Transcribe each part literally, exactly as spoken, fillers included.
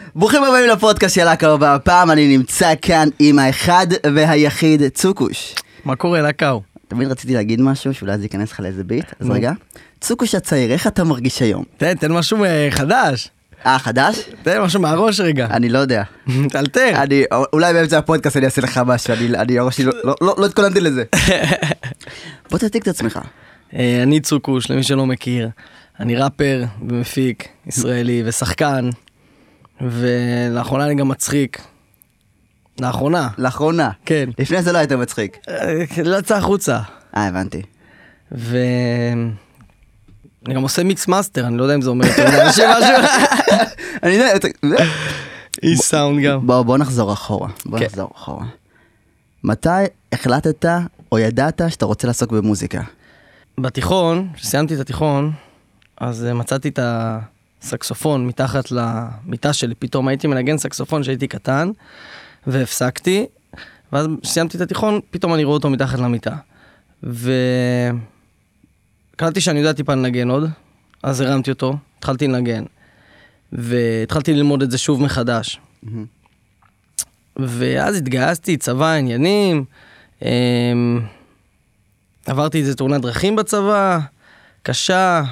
ברוכים הבאים לפודקאסט של לקאו, והפעם אני נמצא כאן עם האחד והיחיד צוקוש. מה קורה לקאו? תמיד רציתי להגיד משהו שאולי זה ייכנס לך לאיזה ביט, אז רגע. צוקוש הצעיר, איך אתה מרגיש היום? תן, תן משהו חדש. אה, חדש? תן משהו מהראש רגע. אני לא יודע. תלתר. אני, אולי באמצע הפודקאסט אני אעשה לך משהו, אני, אני הראשי לא, לא, לא, לא התכוננתי לזה. בוא תציג את עצמך. אני צוקוש, למי שלא מכיר. אני ראפר ומפיק ישראלי ושחקן, ולאחרונה אני גם מצחיק. לאחרונה. לאחרונה? כן. לפני זה לא היית מצחיק. לא יצא החוצה. אה, הבנתי. ו... אני גם עושה מיקס מאסטר, אני לא יודע אם זה אומר יותר לאנשים משהו. אני יודע, אי סאונד גם. בוא, בוא נחזור אחורה. בוא נחזור אחורה. מתי החלטת או ידעת שאתה רוצה לעסוק במוזיקה? בתיכון, כשסיימתי את התיכון, אז מצאתי את הסקסופון מתחת למיטה שלי, פתאום הייתי מנגן סקסופון שהייתי קטן, והפסקתי, ואז כשסיימתי את התיכון, פתאום אני רואה אותו מתחת למיטה. וקלטתי שאני יודע טיפה לנגן עוד, אז הרמתי אותו, התחלתי לנגן, והתחלתי ללמוד את זה שוב מחדש. ואז התגייסתי, צבא, עניינים, עברתי איזה תאונת דרכים בצבא, קשה,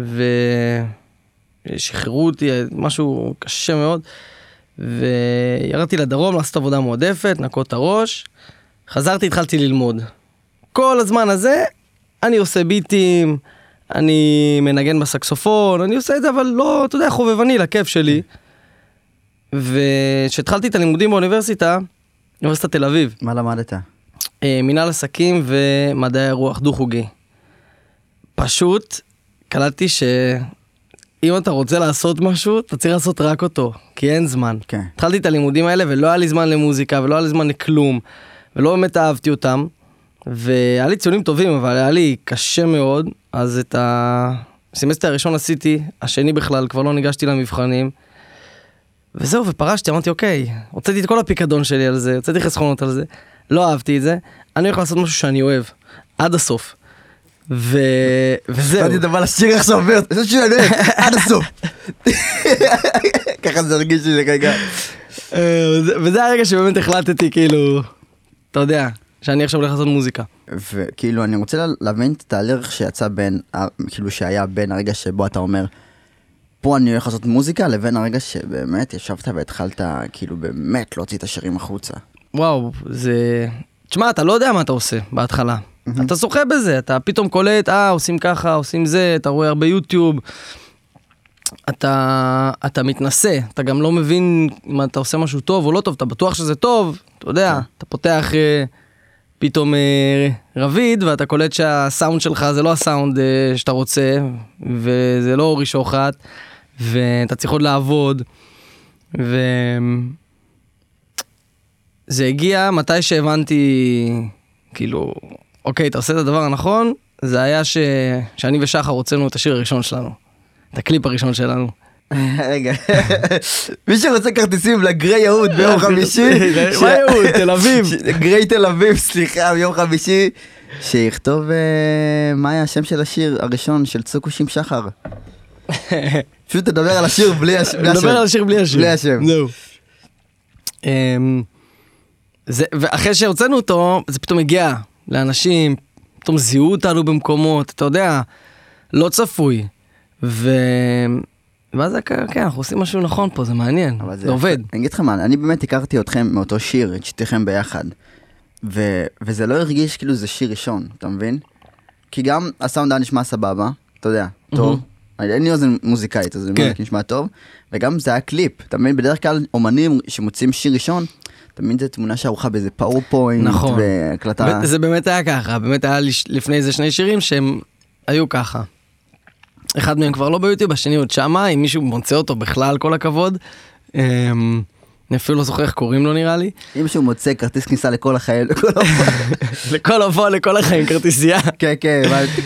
ושחררו אותי, משהו קשה מאוד, וירדתי לדרום לעשות עבודה מועדפת, נקות את הראש, חזרתי, התחלתי ללמוד. כל הזמן הזה, אני עושה ביטים, אני מנגן בסקסופון, אני עושה את זה, אבל לא, אתה יודע, חובבני לכיף שלי. וכשהתחלתי את הלימודים באוניברסיטה, אוניברסיטת תל אביב. מה למדת? מנהל עסקים ומדעי הרוח דו-חוגי. פשוט קלטתי שאם אתה רוצה לעשות משהו, אתה צריך לעשות רק אותו, כי אין זמן. כן. התחלתי את הלימודים האלה ולא היה לי זמן למוזיקה ולא היה לי זמן לכלום, ולא באמת אהבתי אותם, והיה לי ציונים טובים, אבל היה לי קשה מאוד, אז את הסמסטר הראשון עשיתי, השני בכלל כבר לא ניגשתי למבחנים, וזהו, ופרשתי, אמרתי, אוקיי, הוצאתי את כל הפיקדון שלי על זה, הוצאתי חסכונות על זה, לא אהבתי את זה, אני הולך לעשות משהו שאני אוהב, עד הסוף. ו... וזהו. אני דבר לשיר עכשיו, זה שאני אוהב, עד הסוף. ככה זה הרגיש לי לרגע. וזה הרגע שבאמת החלטתי, כאילו, אתה יודע, שאני עכשיו הולך לעשות מוזיקה. וכאילו, אני רוצה להבין את התהליך שיצא בין, כאילו שהיה בין הרגע שבו אתה אומר, פה אני הולך לעשות מוזיקה, לבין הרגע שבאמת ישבת והתחלת, כאילו באמת להוציא את השירים החוצה. וואו, זה... תשמע, אתה לא יודע מה אתה עושה בהתחלה. Mm-hmm. אתה שוחה בזה, אתה פתאום קולט, אה, עושים ככה, עושים זה, אתה רואה הרבה יוטיוב. אתה, אתה מתנסה, אתה גם לא מבין אם אתה עושה משהו טוב או לא טוב, אתה בטוח שזה טוב, אתה יודע, okay. אתה פותח אה, פתאום אה, רביד, ואתה קולט שהסאונד שלך זה לא הסאונד אה, שאתה רוצה, וזה לא אורי שוחט, ואתה צריך עוד לעבוד, ו... זה הגיע מתי שהבנתי, כאילו, אוקיי, אתה עושה את הדבר הנכון, זה היה ש... שאני ושחר הוצאנו את השיר הראשון שלנו, את הקליפ הראשון שלנו. רגע, מי שרוצה כרטיסים לגרי יהוד ביום חמישי, מה יהוד? תל אביב. גרי תל אביב, סליחה, ביום חמישי, שיכתוב מה היה השם של השיר הראשון של צוקוש עם שחר. פשוט תדבר על השיר בלי השם. תדבר על השיר בלי השם. בלי השם. זהו. זה, ואחרי שהוצאנו אותו, זה פתאום הגיע לאנשים, פתאום זיהו אותנו במקומות, אתה יודע, לא צפוי. ו... ואז כן, אנחנו עושים משהו נכון פה, זה מעניין, זה, זה עובד. אני אגיד לך מה, אני באמת הכרתי אתכם מאותו שיר, את שתיכם ביחד, ו... וזה לא הרגיש כאילו זה שיר ראשון, אתה מבין? כי גם הסאונד היה נשמע סבבה, אתה יודע, טוב, אין לי אוזן מוזיקאית, אז זה נשמע טוב, וגם זה היה קליפ, אתה מבין? בדרך כלל אומנים שמוצאים שיר ראשון, תמיד זה תמונה שערוכה באיזה פאורפוינט, נכון. והקלטה. זה באמת היה ככה, באמת היה לפני איזה שני שירים שהם היו ככה. אחד מהם כבר לא ביוטיוב, השני עוד שמה, אם מישהו מוצא אותו בכלל, כל הכבוד. אני אפילו לא זוכר איך קוראים לו נראה לי. אם מישהו מוצא כרטיס כניסה לכל החיים, לכל אופו, לכל החיים, כרטיסייה. כן, כן,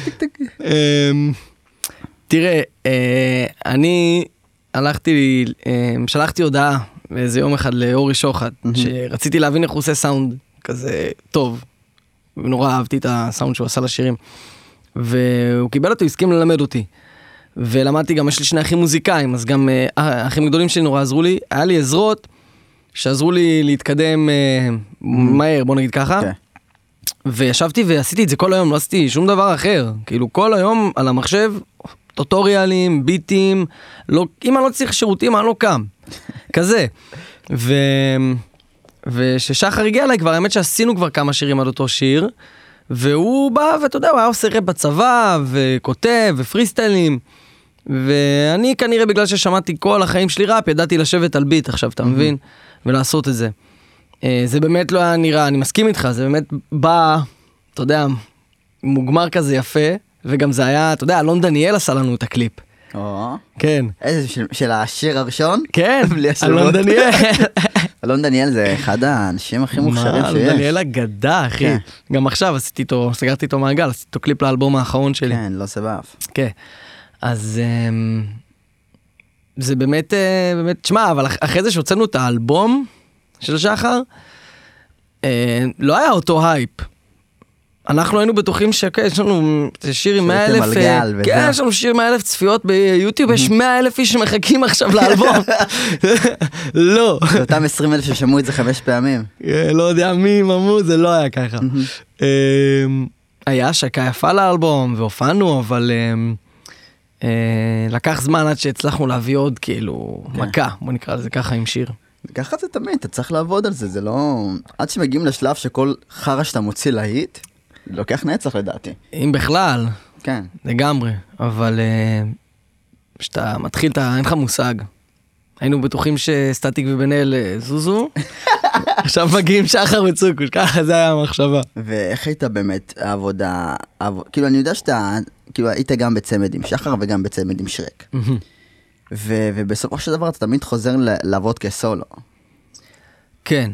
תראה, אני הלכתי, שלחתי הודעה, באיזה יום אחד לאורי שוחט, שרציתי להבין איך הוא עושה סאונד כזה טוב, ונורא אהבתי את הסאונד שהוא עשה לשירים, והוא קיבל אותו, הסכים ללמד אותי, ולמדתי גם, יש לי שני אחים מוזיקאים, אז גם האחים הגדולים שלי נורא עזרו לי, היה לי עזרות שעזרו לי להתקדם מהר, בוא נגיד ככה. וישבתי ועשיתי את זה כל היום, לא עשיתי שום דבר אחר. כאילו כל היום על המחשב, טוטוריאלים, ביטים, לא, אם אני לא צריך שירותים, אני לא קם. כזה. ו... וששחר הגיע אליי כבר, האמת שעשינו כבר כמה שירים על אותו שיר, והוא בא, ואתה יודע, הוא היה עושה רב בצבא, וכותב, ופריסטיילים, ואני כנראה בגלל ששמעתי כל החיים שלי ראפ, ידעתי לשבת על ביט עכשיו, אתה מבין? ולעשות את זה. זה באמת לא היה נראה, אני מסכים איתך, זה באמת בא, אתה יודע, מוגמר כזה יפה, וגם זה היה, אתה יודע, אלון דניאל עשה לנו את הקליפ. כן. איזה, של השיר הראשון? כן, אלון דניאל. אלון דניאל זה אחד האנשים הכי מוכשרים שיש. אלון דניאל אגדה, אחי. גם עכשיו עשיתי איתו, סגרתי איתו מעגל, עשיתי איתו קליפ לאלבום האחרון שלי. כן, לא סבב. כן. אז זה באמת, באמת, תשמע, אבל אחרי זה שהוצאנו את האלבום של שחר, לא היה אותו הייפ. אנחנו היינו בטוחים שיש לנו שיר עם מאה אלף, כן, יש לנו שיר עם מאה אלף צפיות ביוטיוב, יש מאה אלף איש שמחכים עכשיו לאלבום. לא. אותם עשרים אלף ששמעו את זה חמש פעמים. לא יודע מי ממו, זה לא היה ככה. היה השקה יפה לאלבום, והופענו, אבל לקח זמן עד שהצלחנו להביא עוד כאילו מכה, בוא נקרא לזה ככה עם שיר. ככה זה תמיד, אתה צריך לעבוד על זה, זה לא... עד שמגיעים לשלב שכל חרא שאתה מוציא להיט, לוקח נצח לדעתי. אם בכלל. כן. לגמרי, אבל כשאתה מתחיל, אין לך מושג. היינו בטוחים שסטטיק ובן אל זוזו, עכשיו מגיעים שחר וצוקוש, ככה זה היה המחשבה. ואיך היית באמת העבודה, כאילו אני יודע שאתה, כאילו היית גם בצמד עם שחר וגם בצמד עם שרק. ובסופו של דבר אתה תמיד חוזר לעבוד כסולו. כן.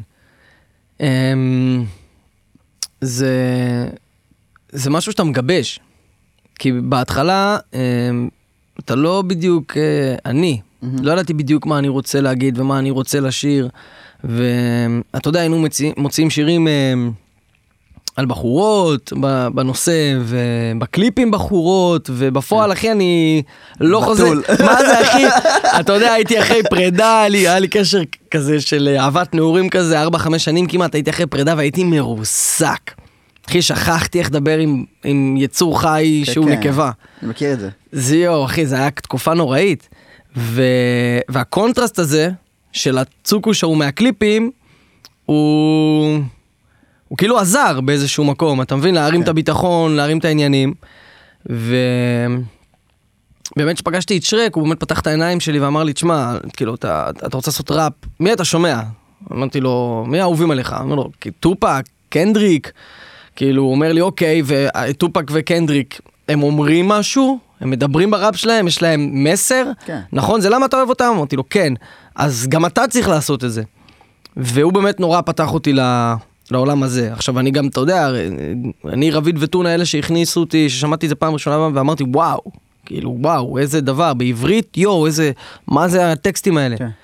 זה, זה משהו שאתה מגבש. כי בהתחלה, אתה לא בדיוק, אני, לא ידעתי בדיוק מה אני רוצה להגיד ומה אני רוצה לשיר. ואתה יודע, היינו מוציאים שירים על בחורות, בנושא, ובקליפים בחורות, ובפועל, אחי, אני לא חוזר. מה זה, אחי? אתה יודע, הייתי אחרי פרידה, היה לי קשר כזה של אהבת נעורים כזה, ארבע, חמש שנים כמעט, הייתי אחרי פרידה והייתי מרוסק. אחי, שכחתי איך לדבר עם יצור חי שהוא נקבה. אני מכיר את זה. זהו, אחי, זה היה תקופה נוראית. והקונטרסט הזה, של הצוקוש שהוא מהקליפים, הוא... הוא כאילו עזר באיזשהו מקום, אתה מבין? להרים את הביטחון, להרים את העניינים. ובאמת שפגשתי את שרק, הוא באמת פתח את העיניים שלי ואמר לי, תשמע, כאילו, אתה, אתה רוצה לעשות ראפ? מי אתה שומע? אמרתי לו, מי האהובים עליך? אמר לו, טופק, קנדריק. כאילו, הוא אומר לי, אוקיי, וטופק וקנדריק, הם אומרים משהו? הם מדברים בראפ שלהם? יש להם מסר? כן. נכון? זה למה אתה אוהב אותם? אמרתי לו, כן. אז גם אתה צריך לעשות את זה. והוא באמת נורא פתח אותי ל... לעולם הזה. עכשיו אני גם, אתה יודע, אני רביד וטון האלה שהכניסו אותי, ששמעתי את זה פעם ראשונה, ואמרתי, וואו, כאילו, וואו, איזה דבר, בעברית, יו, איזה, מה זה הטקסטים האלה? כן.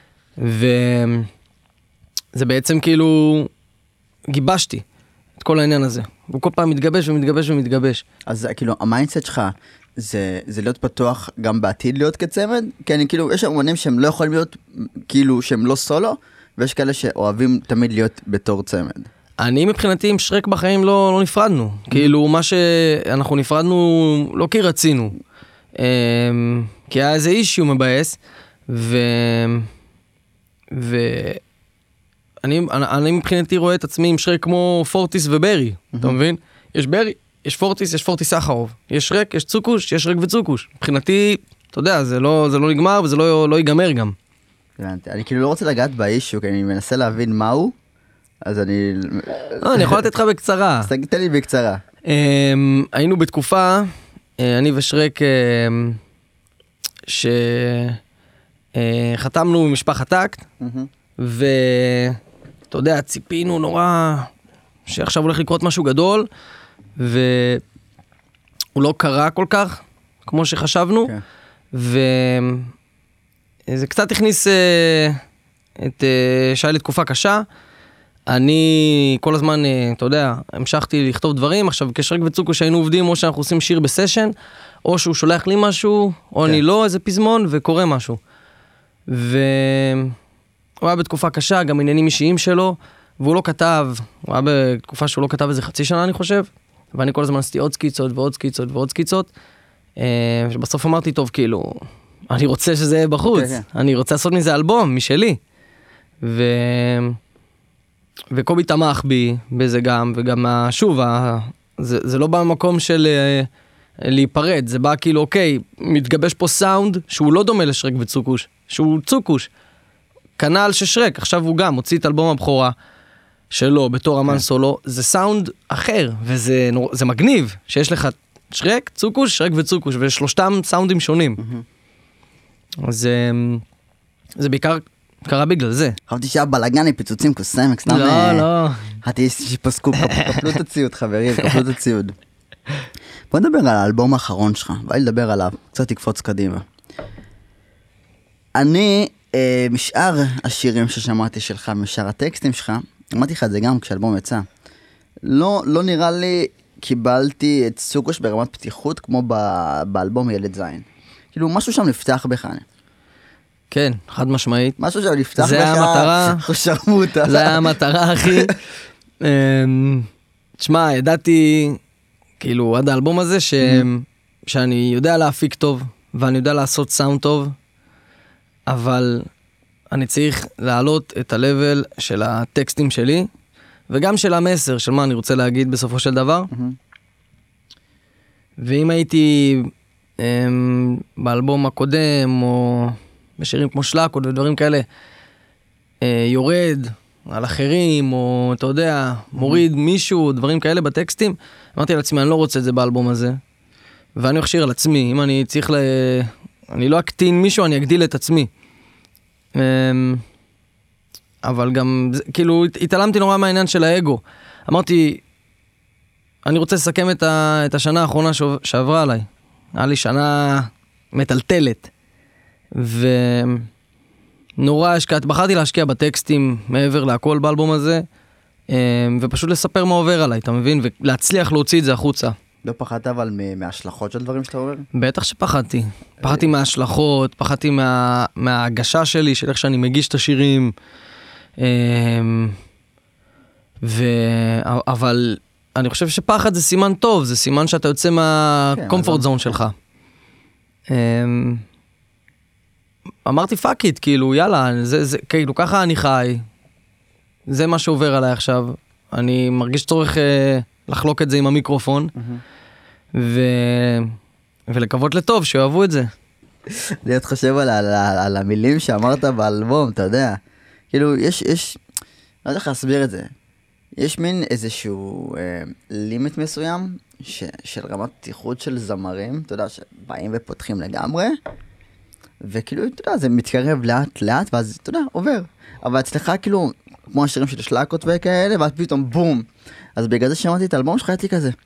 וזה בעצם כאילו, גיבשתי את כל העניין הזה. הוא כל פעם מתגבש ומתגבש ומתגבש. אז כאילו, המיינדסט שלך, זה, זה להיות פתוח גם בעתיד להיות כצמד? כי אני כאילו, יש אמנים שהם לא יכולים להיות, כאילו, שהם לא סולו, ויש כאלה שאוהבים תמיד להיות בתור צמד. אני מבחינתי עם שרק בחיים לא, לא נפרדנו. כאילו מה שאנחנו נפרדנו לא כי רצינו. כי היה איזה אישיו מבאס. ו... ו... אני, אני מבחינתי רואה את עצמי עם שרק כמו פורטיס וברי. אתה מבין? יש ברי, יש פורטיס, יש פורטיס סחרוב. יש שרק, יש צוקוש, יש שרק וצוקוש. מבחינתי, אתה יודע, זה לא, זה לא נגמר וזה לא, לא ייגמר גם. אני כאילו לא רוצה לגעת באישו, כי אני מנסה להבין מהו, אז אני... לא, אני יכול לתת לך בקצרה. אז תן לי בקצרה. היינו בתקופה, אני ושרק, שחתמנו במשפחת טקט, ואתה יודע, ציפינו נורא, שעכשיו הולך לקרות משהו גדול, והוא לא קרה כל כך, כמו שחשבנו, ו... זה קצת הכניס אה, את אה, שי לתקופה קשה. אני כל הזמן, אה, אתה יודע, המשכתי לכתוב דברים. עכשיו, כשרק וצוקו שהיינו עובדים, או שאנחנו עושים שיר בסשן, או שהוא שולח לי משהו, או אני לא, איזה פזמון, וקורה משהו. והוא היה בתקופה קשה, גם עניינים אישיים שלו, והוא לא כתב, הוא היה בתקופה שהוא לא כתב איזה חצי שנה, אני חושב, ואני כל הזמן עשיתי עוד סקיצות ועוד סקיצות ועוד סקיצות, ובסוף אמרתי, טוב, כאילו, אני רוצה שזה יהיה בחוץ, אני רוצה לעשות מזה אלבום, משלי. ו... וקובי תמך בי בזה גם, וגם, שוב, זה, זה לא בא במקום של להיפרד, זה בא כאילו, אוקיי, מתגבש פה סאונד שהוא לא דומה לשרק וצוקוש, שהוא צוקוש. כנ"ל ששרק, עכשיו הוא גם הוציא את אלבום הבכורה שלו בתור אמן סולו, זה סאונד אחר, וזה זה מגניב, שיש לך שרק, צוקוש, שרק וצוקוש, ושלושתם סאונדים שונים. אז זה בעיקר קרה בגלל זה. חשבתי שהיה בלגן עם פיצוצים קוסמק, סתם... לא, לא. חשבתי שפסקו, קפלו את הציוד, חברים, קפלו את הציוד. בוא נדבר על האלבום האחרון שלך, בואי לדבר עליו, קצת תקפוץ קדימה. אני, אה, משאר השירים ששמעתי שלך, משאר הטקסטים שלך, אמרתי לך את זה גם כשאלבום יצא, לא, לא נראה לי קיבלתי את סוקוש ברמת פתיחות כמו ב- באלבום ילד זין. כאילו, משהו שם נפתח בך. כן, חד משמעית. משהו שם נפתח בך. זה היה המטרה. חושרמותה. זה היה המטרה, אחי. תשמע, ידעתי, כאילו, עד האלבום הזה, ש... שאני יודע להפיק טוב, ואני יודע לעשות סאונד טוב, אבל אני צריך להעלות את הלבל של הטקסטים שלי, וגם של המסר, של מה אני רוצה להגיד בסופו של דבר. ואם הייתי אמ, באלבום הקודם, או בשירים כמו שלקות ודברים כאלה, אה, יורד על אחרים, או אתה יודע, מוריד מישהו, דברים כאלה בטקסטים, אמרתי לעצמי, אני לא רוצה את זה באלבום הזה, ואני אכשיר על עצמי, אם אני צריך ל... אני לא אקטין מישהו, אני אגדיל את עצמי. אמ, אבל גם, כאילו, התעלמתי נורא מהעניין של האגו. אמרתי, אני רוצה לסכם את, ה, את השנה האחרונה שעברה עליי. היה לי שנה מטלטלת. ונורא השקעת, בחרתי להשקיע בטקסטים מעבר להכל באלבום הזה, ופשוט לספר מה עובר עליי, אתה מבין? ולהצליח להוציא את זה החוצה. לא פחדת אבל מההשלכות של דברים שאתה אומר? בטח שפחדתי. פחדתי מההשלכות, פחדתי מה, מההגשה שלי, של איך שאני מגיש את השירים. ו... אבל אני חושב שפחד זה סימן טוב, זה סימן שאתה יוצא מהקומפורט זון שלך. אמרתי פאק איט, כאילו יאללה, זה, זה, כאילו ככה אני חי, זה מה שעובר עליי עכשיו, אני מרגיש צורך אה, לחלוק את זה עם המיקרופון, ו... ולקוות לטוב שאוהבו את זה. אני עוד חושב על, על, על המילים שאמרת באלבום, אתה יודע, כאילו יש, יש, לא יודע איך להסביר את זה, יש מין איזשהו אה, לימיט מסוים, ש, של רמת פתיחות של זמרים, אתה יודע, שבאים ופותחים לגמרי, וכאילו, אתה יודע, זה מתקרב לאט לאט, ואז, אתה יודע, עובר. אבל אצלך, כאילו, כמו השירים של שלקות וכאלה, ואז פתאום בום. אז בגלל זה שמעתי את האלבום שלך, הייתי כזה,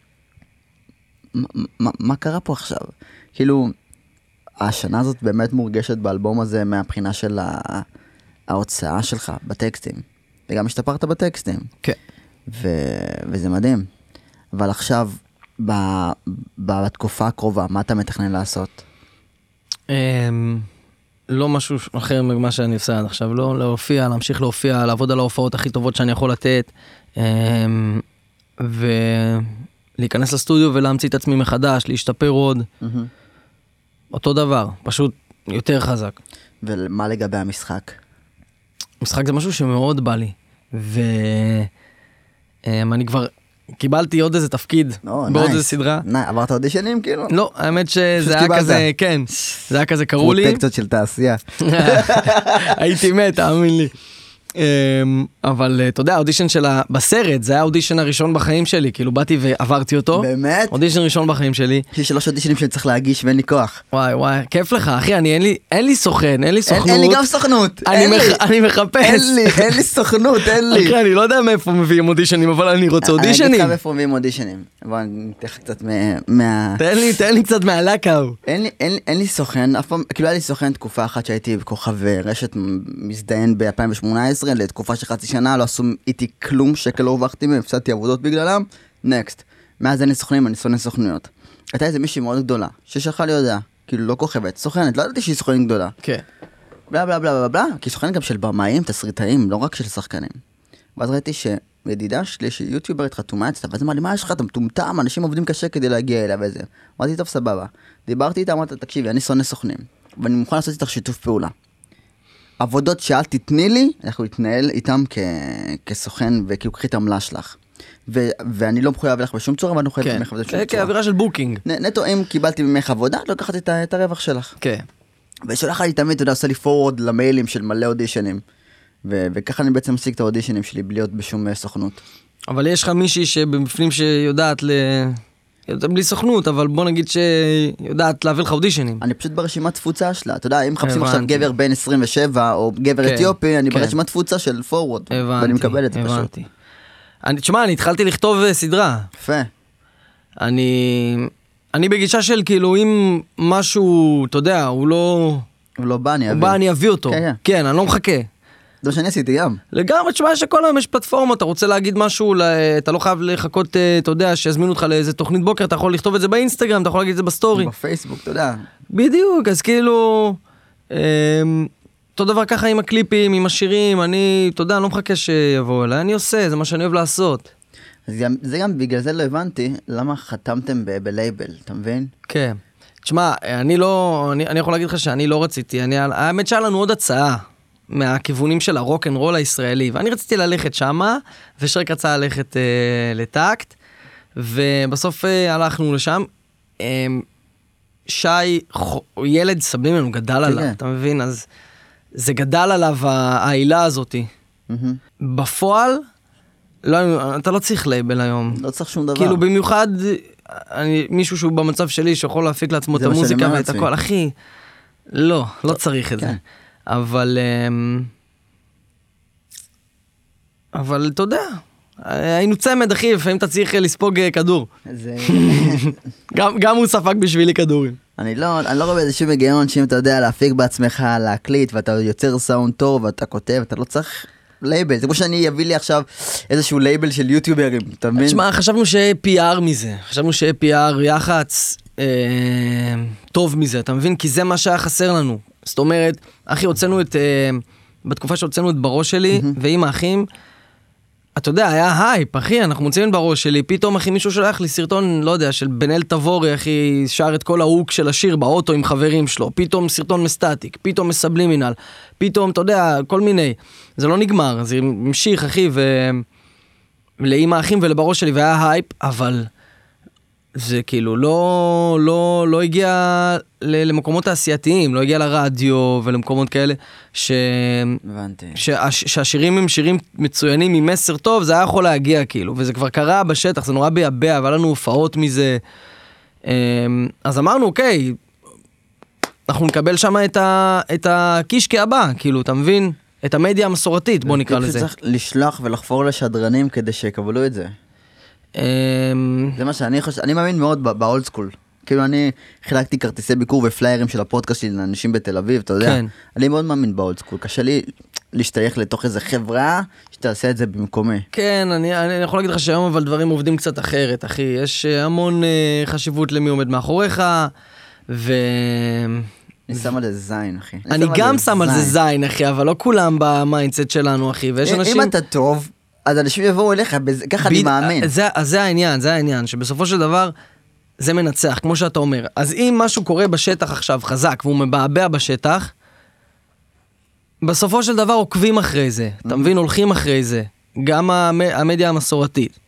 מה קרה פה עכשיו? כאילו, השנה הזאת באמת מורגשת באלבום הזה, מהבחינה של ההוצאה שלך בטקסטים. וגם השתפרת בטקסטים. כן. וזה מדהים. אבל עכשיו, בתקופה הקרובה, מה אתה מתכנן לעשות? לא משהו אחר ממה שאני עושה עד עכשיו, לא להופיע, להמשיך להופיע, לעבוד על ההופעות הכי טובות שאני יכול לתת, ולהיכנס לסטודיו ולהמציא את עצמי מחדש, להשתפר עוד. אותו דבר, פשוט יותר חזק. ומה לגבי המשחק? משחק זה משהו שמאוד בא לי, ואני כבר... קיבלתי עוד איזה תפקיד, בעוד איזה סדרה. עברת אודישנים כאילו? לא, האמת שזה היה כזה, כן, זה היה כזה, קראו לי. פרוטקציות של תעשייה. הייתי מת, תאמין לי. אבל אתה יודע, האודישן שלה בסרט, זה היה האודישן הראשון בחיים שלי, כאילו באתי ועברתי אותו. באמת? אודישן ראשון בחיים שלי. יש שלוש אודישנים שאני צריך להגיש ואין לי כוח. וואי וואי, כיף לך, אחי, אני אין לי, אין לי סוכן, אין לי סוכנות. אין לי גם סוכנות. אני מחפש. אין לי, אין לי סוכנות, אין לי. אחי, אני לא יודע מאיפה מביאים אודישנים, אבל אני רוצה אודישנים. אני אגיד לך מאיפה מביאים אודישנים. אבל אני אתן לך קצת מה... תן לי, תן לי קצת מהלקאו. אין לי סוכן, אף פעם, כאילו היה לי סוכן תקופה אחת שהייתי בכוכב רשת מזדיין ב-אלפיים שמונה עשרה, לתקופה של חצי שנה, לא עשו איתי כלום, שקל לא הובכתי, והפסדתי עבודות בגללם, נקסט. מאז אין לי סוכנים, אני שונא סוכנויות. הייתה איזה מישהי מאוד גדולה, ששלחה לי הודעה, כאילו לא כוכבת, סוכנת, לא ידעתי שהיא סוכנת גדולה. כן. בלה בלה בלה בלה בלה, כי סוכנת גם של במאים, תסריטאים, לא רק של שחקנים. ואז ראיתי שידידה שלי, שהיא יוטיוברית חתומה אצלה, ואז אמרה לי, מה יש לך, אתה מטומטם, אנשים עובדים קשה כדי להגיע אליה וזה. אמרתי, טוב, סבבה. דיברתי איתה, אמרתי, תקשיבי, אני שונא סוכנים, ואני מוכן לעשות איתך שיתוף פעולה. עבודות שאל תתני לי, אנחנו נתנהל איתם כ... כסוכן, וכאילו קחי את העמלה שלך. ו... ואני לא מחויב לך בשום צורה, אבל אני מחויב כן. ממך בשום צורה. כאווירה של בוקינג. נ... נטו, אם קיבלתי ממך עבודה, לא לקחתי את, את הרווח שלך. כן. ושולח לי תמיד, אתה יודע, עושה לי פורוורד למיילים של מלא אודישנים. ו... וככה אני בעצם משיג את האודישנים שלי, בלי להיות בשום סוכנות. אבל יש לך מישהי שבפנים שיודעת ל... בלי סוכנות, אבל בוא נגיד שיודעת להביא לך אודישנים. אני פשוט ברשימת תפוצה שלה, אתה יודע, אם מחפשים עכשיו גבר בן עשרים ושבע, או גבר אתיופי, אני ברשימת תפוצה של פורוורד, ואני מקבל את זה פשוט. תשמע, אני התחלתי לכתוב סדרה. יפה. אני... אני בגישה של כאילו, אם משהו, אתה יודע, הוא לא... הוא לא בא, אני אביא. הוא בא, אני אביא אותו. כן, אני לא מחכה. זה מה שאני עשיתי גם. לגמרי, תשמע, שכל היום יש פלטפורמה, אתה רוצה להגיד משהו, אתה לא חייב לחכות, אתה יודע, שיזמינו אותך לאיזה תוכנית בוקר, אתה יכול לכתוב את זה באינסטגרם, אתה יכול להגיד את זה בסטורי. בפייסבוק, אתה יודע. בדיוק, אז כאילו, אותו דבר ככה עם הקליפים, עם השירים, אני, אתה יודע, אני לא מחכה שיבואו אליי, אני עושה, זה מה שאני אוהב לעשות. זה גם, בגלל זה לא הבנתי, למה חתמתם בלייבל, אתה מבין? כן. תשמע, אני לא, אני יכול להגיד לך שאני לא רציתי, האמת שהיה לנו עוד הצעה. מהכיוונים של הרוק אנד רול הישראלי, ואני רציתי ללכת שמה, ושרק רצה ללכת אה, לטקט, ובסוף אה, הלכנו לשם. אה, שי, ח... ילד סבלים לנו, גדל עליו, אתה מבין? אז זה גדל עליו העילה הזאת. Mm-hmm. בפועל, לא, אתה לא צריך לייבל היום. לא צריך שום דבר. כאילו במיוחד, אני, מישהו שהוא במצב שלי, שיכול להפיק לעצמו את המוזיקה ואת הכל, אחי, לא, לא צריך את זה. אבל, אבל אתה יודע, היינו צמד, אחי, לפעמים אתה צריך לספוג כדור. גם, גם הוא ספק בשבילי כדורים. אני לא, אני לא רואה איזה שום היגיון שאם אתה יודע להפיק בעצמך, להקליט, ואתה יוצר סאונד טוב, ואתה כותב, אתה לא צריך לייבל. זה כמו שאני אביא לי עכשיו איזשהו לייבל של יוטיוברים, אתה מבין? תשמע, חשבנו שיהיה פי אר מזה, חשבנו שיהיה פי אר יח"צ אה, טוב מזה, אתה מבין? כי זה מה שהיה חסר לנו. זאת אומרת, אחי, הוצאנו את, uh, בתקופה שהוצאנו את בראש שלי, mm-hmm. ועם האחים, אתה יודע, היה הייפ, אחי, אנחנו מוצאים את בראש שלי, פתאום, אחי, מישהו שולח לי סרטון, לא יודע, של בן-אל תבורי, אחי, שר את כל ההוק של השיר באוטו עם חברים שלו, פתאום סרטון מסטטיק, פתאום מסבלימינל, פתאום, אתה יודע, כל מיני, זה לא נגמר, זה המשיך, אחי, ו... ולאמא האחים ולבראש שלי, והיה הייפ, אבל... זה כאילו לא, לא, לא הגיע למקומות תעשייתיים, לא הגיע לרדיו ולמקומות כאלה, ש... שהש... שהשירים הם שירים מצוינים עם מסר טוב, זה היה יכול להגיע כאילו, וזה כבר קרה בשטח, זה נורא ביבע, אבל לנו הופעות מזה. אז אמרנו, אוקיי, אנחנו נקבל שם את, ה... את הקישקי הבא, כאילו, אתה מבין? את המדיה המסורתית, בוא נקרא לזה. צריך לשלוח ולחפור לשדרנים כדי שיקבלו את זה. זה מה שאני חושב, אני מאמין מאוד באולד סקול. כאילו אני חילקתי כרטיסי ביקור ופליירים של הפודקאסט שלי לאנשים בתל אביב, אתה יודע? אני מאוד מאמין באולד סקול. קשה לי להשתייך לתוך איזה חברה שתעשה את זה במקומי. כן, אני יכול להגיד לך שהיום אבל דברים עובדים קצת אחרת, אחי. יש המון חשיבות למי עומד מאחוריך, ו... אני שם על זה זין, אחי. אני גם שם על זה זין, אחי, אבל לא כולם במיינדסט שלנו, אחי. ויש אנשים... אם אתה טוב... אז אנשים יבואו אליך, ככה אני מאמין. זה, אז זה העניין, זה העניין, שבסופו של דבר זה מנצח, כמו שאתה אומר. אז אם משהו קורה בשטח עכשיו חזק, והוא מבעבע בשטח, בסופו של דבר עוקבים אחרי זה, אתה מבין, הולכים אחרי זה, גם המדיה המסורתית.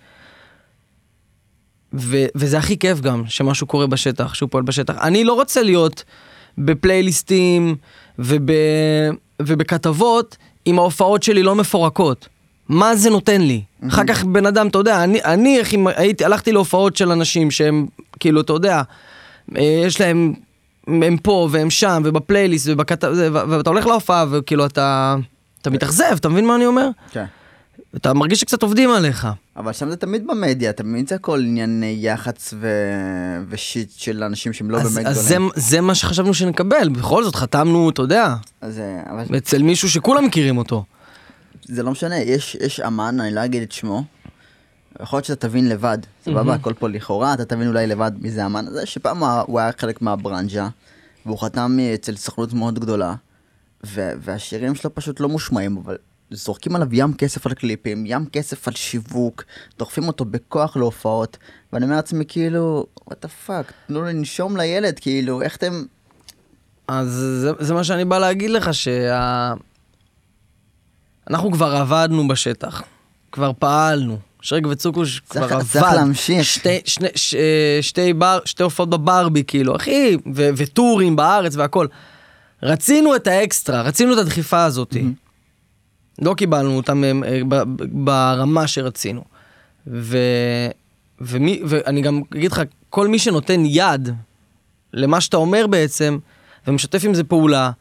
ו- וזה הכי כיף גם, שמשהו קורה בשטח, שהוא פועל בשטח. אני לא רוצה להיות בפלייליסטים וב- ובכתבות, אם ההופעות שלי לא מפורקות. מה זה נותן לי? Mm-hmm. אחר כך בן אדם, אתה יודע, אני, אני הייתי, הלכתי להופעות של אנשים שהם, כאילו, אתה יודע, יש להם, הם פה והם שם, ובפלייליסט, ובכתב, ואתה הולך להופעה, וכאילו, אתה, אתה מתאכזב, אתה מבין מה אני אומר? כן. אתה מרגיש שקצת עובדים עליך. אבל שם זה תמיד במדיה, אתה מבין זה הכל עניין יח"צ ו... ושיט של אנשים שהם לא אז, באמת אז גדולים. זה, זה מה שחשבנו שנקבל, בכל זאת חתמנו, אתה יודע, אז, אבל... אצל מישהו שכולם מכירים אותו. זה לא משנה, יש, יש אמן, אני לא אגיד את שמו, יכול להיות שאתה תבין לבד, סבבה, הכל פה לכאורה, אתה תבין אולי לבד מי זה האמן הזה, שפעם הוא היה חלק מהברנג'ה, והוא חתם אצל סוכנות מאוד גדולה, והשירים שלו פשוט לא מושמעים, אבל זורקים עליו ים כסף על קליפים, ים כסף על שיווק, דוחפים אותו בכוח להופעות, ואני אומר לעצמי כאילו, what the fuck, תנו לנשום לילד, כאילו, איך אתם... אז זה, זה מה שאני בא להגיד לך, שה... אנחנו כבר עבדנו בשטח, כבר פעלנו, שרק וצוקוש כבר עבד. צריך להמשיך. שתי, שני, ש, שתי, בר, שתי הופעות בברבי, כאילו, אחי, ו, וטורים בארץ והכל. רצינו את האקסטרה, רצינו את הדחיפה הזאת. Mm-hmm. לא קיבלנו אותם ברמה שרצינו. ו, ומי, ואני גם אגיד לך, כל מי שנותן יד למה שאתה אומר בעצם, ומשתף עם זה פעולה,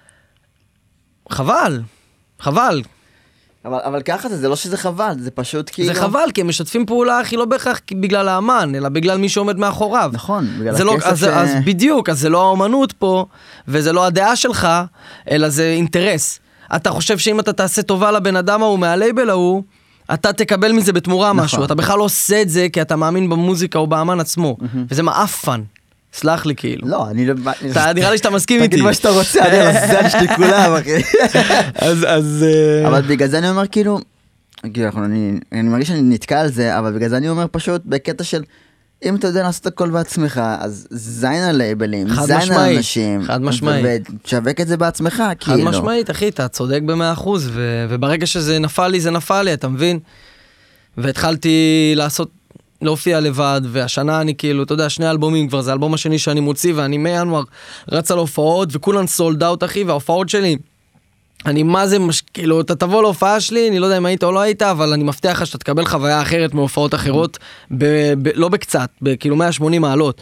חבל, חבל. אבל, אבל ככה זה, זה לא שזה חבל, זה פשוט כאילו... זה חבל, כי הם משתפים פעולה, אחי, לא בהכרח בגלל האמן, אלא בגלל מי שעומד מאחוריו. נכון, בגלל הכסף לא, אז, ש... אז בדיוק, אז זה לא האמנות פה, וזה לא הדעה שלך, אלא זה אינטרס. אתה חושב שאם אתה תעשה טובה לבן אדם ההוא מהלייבל ההוא, אתה תקבל מזה בתמורה נכון. משהו, אתה בכלל לא עושה את זה, כי אתה מאמין במוזיקה או באמן עצמו, mm-hmm. וזה מאפן. סלח לי כאילו. לא, אני לא... אתה נראה לי שאתה מסכים איתי. תגיד מה שאתה רוצה, אני הרסן שלי כולם, אחי. אז, אז... אבל בגלל זה אני אומר כאילו, אני מרגיש שאני נתקע על זה, אבל בגלל זה אני אומר פשוט בקטע של, אם אתה יודע לעשות הכל בעצמך, אז זין על לייבלים, זין על אנשים. חד משמעית. ותשווק את זה בעצמך, כאילו. חד משמעית, אחי, אתה צודק במאה אחוז, וברגע שזה נפל לי, זה נפל לי, אתה מבין? והתחלתי לעשות... להופיע לבד, והשנה אני כאילו, אתה יודע, שני אלבומים כבר, זה האלבום השני שאני מוציא, ואני מינואר רץ על הופעות, וכולן סולד אאוט, אחי, וההופעות שלי, אני מה זה, מש... כאילו, אתה תבוא להופעה שלי, אני לא יודע אם היית או לא היית, אבל אני מבטיח לך שאתה תקבל חוויה אחרת מהופעות אחרות, ב... ב... לא בקצת, בכאילו מאה ושמונים מעלות.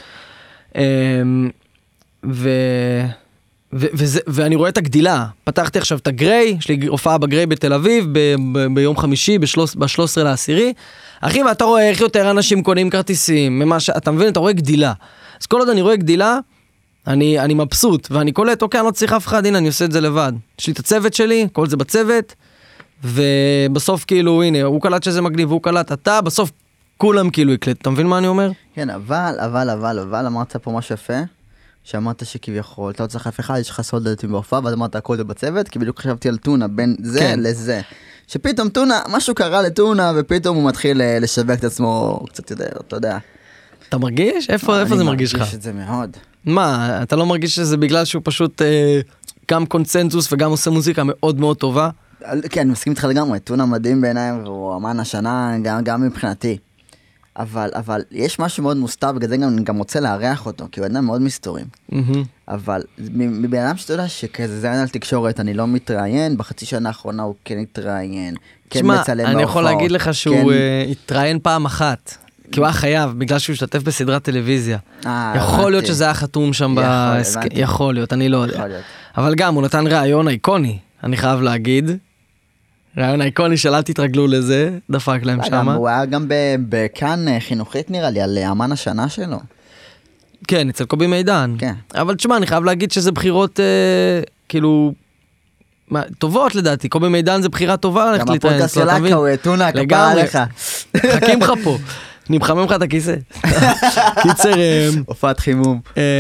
ו... ו- וזה, ואני רואה את הגדילה, פתחתי עכשיו את הגריי, יש לי הופעה בגריי בתל אביב, ב- ב- ביום חמישי, ב-שלושה עשר לעשירי, אחי, ואתה רואה איך יותר אנשים קונים כרטיסים, ממש, אתה מבין, אתה רואה גדילה, אז כל עוד אני רואה גדילה, אני, אני מבסוט, ואני קולט, אוקיי, אני לא צריך אף אחד, הנה, אני עושה את זה לבד, יש לי את הצוות שלי, כל זה בצוות, ובסוף כאילו, הנה, הוא קלט שזה מגניב, הוא קלט, אתה, בסוף כולם כאילו יקלט, אתה מבין מה אני אומר? כן, אבל, אבל, אבל, אבל, אמרת פה משהו יפה, שאמרת שכביכול, אתה לא צריך אף אחד, יש לך סולד דלתים בהופעה, ואז אמרת הכל זה בצוות, כי בדיוק חשבתי על טונה, בין זה כן. לזה. שפתאום טונה, משהו קרה לטונה, ופתאום הוא מתחיל לשווק את עצמו, קצת יודע, אתה יודע. אתה מרגיש? איפה, איפה זה מרגיש לך? אני מרגיש את זה מאוד. מה, אתה לא מרגיש שזה בגלל שהוא פשוט אה, גם קונצנזוס וגם עושה מוזיקה מאוד מאוד טובה? כן, אני מסכים איתך לגמרי, טונה מדהים בעיניי, והוא אמן השנה גם, גם מבחינתי. אבל, אבל יש משהו מאוד מוסתר, בגלל זה גם, אני גם רוצה לארח אותו, כי הוא אדם מאוד מסתורים. Mm-hmm. אבל מבן אדם שאתה יודע שכזה זה על תקשורת, אני לא מתראיין, בחצי שנה האחרונה הוא כן התראיין, כן שמה, מצלם בהופעות. אני יכול להגיד לך שהוא כן... uh, התראיין פעם אחת, כי הוא היה חייב, בגלל שהוא השתתף בסדרת טלוויזיה. 아, יכול הבנתי. להיות שזה היה חתום שם בהסכם, יכול, יכול להיות, אני לא יודע. להיות. אבל גם הוא נתן רעיון איקוני, אני חייב להגיד. רעיון איקוני של אל תתרגלו לזה, דפק להם שמה. הוא היה גם בכאן חינוכית נראה לי, על אמן השנה שלו. כן, אצל קובי מידן. כן. אבל תשמע, אני חייב להגיד שזה בחירות, אה, כאילו, מה, טובות לדעתי. קובי מידן זה בחירה טובה ללכת להתראיין. גם הפודקאסט של אקה הוא טונה, כפרה עליך. חכים לך פה. אני מחמם לך את הכיסא. קיצר... הופעת חימום.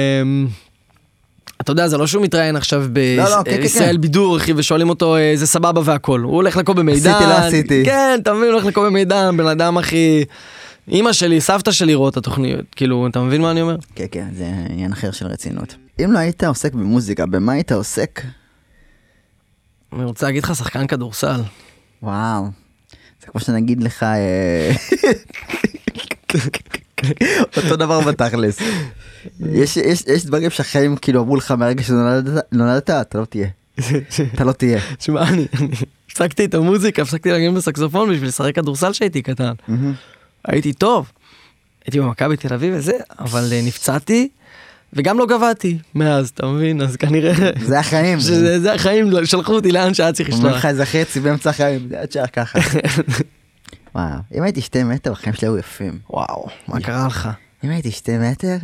אתה יודע, זה לא שהוא מתראיין עכשיו בישראל בידור, אחי, ושואלים אותו, זה סבבה והכל. הוא הולך לקובי מידן. עשיתי, לא עשיתי. כן, אתה מבין, הוא הולך לקובי מידן, בן אדם הכי... אמא שלי, סבתא שלי רואה את התוכניות. כאילו, אתה מבין מה אני אומר? כן, כן, זה עניין אחר של רצינות. אם לא היית עוסק במוזיקה, במה היית עוסק? אני רוצה להגיד לך, שחקן כדורסל. וואו. זה כמו שנגיד לך... אותו דבר בתכלס. יש, יש, יש דברים שהחיים כאילו אמרו לך מהרגע שנולדת, אתה לא תהיה. אתה לא תהיה. תשמע, אני הפסקתי את המוזיקה, הפסקתי להגן בסקסופון בשביל לשחק כדורסל שהייתי קטן. הייתי טוב. הייתי במכבי תל אביב וזה, אבל נפצעתי, וגם לא גבעתי מאז, אתה מבין? אז כנראה... זה החיים. זה החיים, שלחו אותי לאן שהיה צריך לשלוח. אומר לך איזה חצי באמצע החיים, זה עד שעה ככה. וואו, אם הייתי שתי מטר, החיים שלי היו יפים. וואו, מה קרה לך? אם הייתי שתי מטר...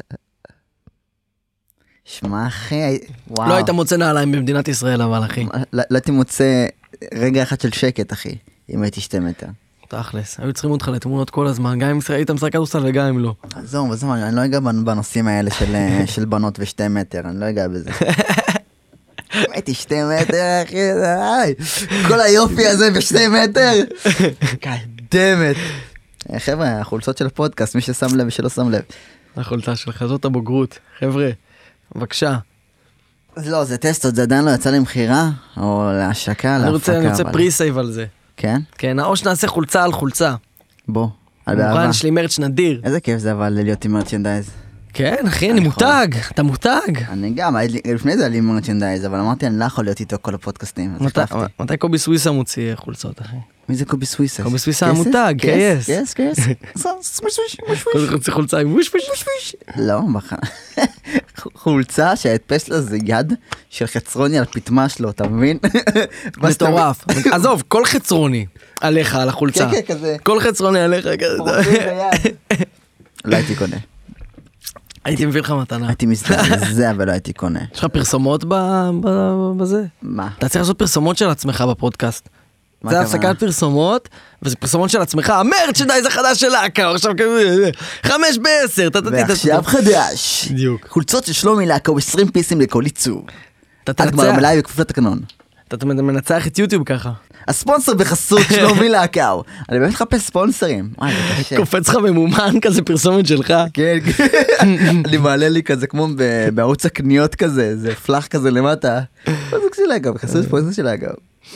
שמע אחי, וואו. לא היית מוצא נעליים במדינת ישראל, אבל אחי. לא הייתי מוצא רגע אחד של שקט, אחי, אם הייתי שתי מטר. תכלס, היו צריכים אותך לתמונות כל הזמן, גם אם היית משחק כדורסל וגם אם לא. עזוב, עזוב, אני לא אגע בנושאים האלה של בנות ושתי מטר, אני לא אגע בזה. הייתי שתי מטר, אחי, כל היופי הזה בשתי מטר. קדמת. חבר'ה, החולצות של הפודקאסט, מי ששם לב ושלא שם לב. החולצה שלך, זאת הבוגרות. חבר'ה, בבקשה. לא, זה טסטות, זה עדיין לא יצא למחירה, או להשקה, אני רוצה, אני רוצה פרי-סייב על זה. כן? כן, או שנעשה חולצה על חולצה. בוא, על באהבה. באהבה. יש לי מרץ' נדיר. איזה כיף זה אבל להיות עם מרצ'נדייז. כן, אחי, אני מותג, אתה מותג. אני גם, לפני זה היה לי מרצ'נדייז, אבל אמרתי, אני לא יכול להיות איתו כל הפודקאסטים, אז החלפתי. מתי קובי סוויסה מוציא חולצות, אחי? מי זה קובי סוויסה? קובי סוויסה המותג, קייס. קייס, קייס. סוויש, סוויש, כל זה חוצי חולצה עם ווש ווש ווש. לא, בח... חולצה שההדפס לה זה יד של חצרוני על פתמה שלו, אתה מבין? מטורף. עזוב, כל חצרוני עליך, על החולצה. כן, כן, כזה. כל חצרוני עליך, כזה. לא הייתי קונה. הייתי מביא לך מתנה. הייתי מזדעזע ולא הייתי קונה. יש לך פרסומות בזה? מה? אתה צריך לעשות פרסומות של עצמך בפודקאסט. זה הפסקת פרסומות, וזה פרסומות של עצמך, המרצ'נדייז החדש של להקה, עכשיו כזה, חמש בעשר, ועכשיו חדש. בדיוק. חולצות של שלומי להקה, עשרים פיסים לכל ייצור. אתה עד גמר המלאי וכפוף לתקנון. אתה מנצח את יוטיוב ככה. הספונסר בחסות שלומי להקה. אני באמת מחפש ספונסרים. וואי, זה קשה. קופץ לך ממומן כזה פרסומת שלך. כן, אני מעלה לי כזה כמו בערוץ הקניות כזה, זה פלח כזה למטה. ספונסר של להקה, בחסות ספונסר של להקה.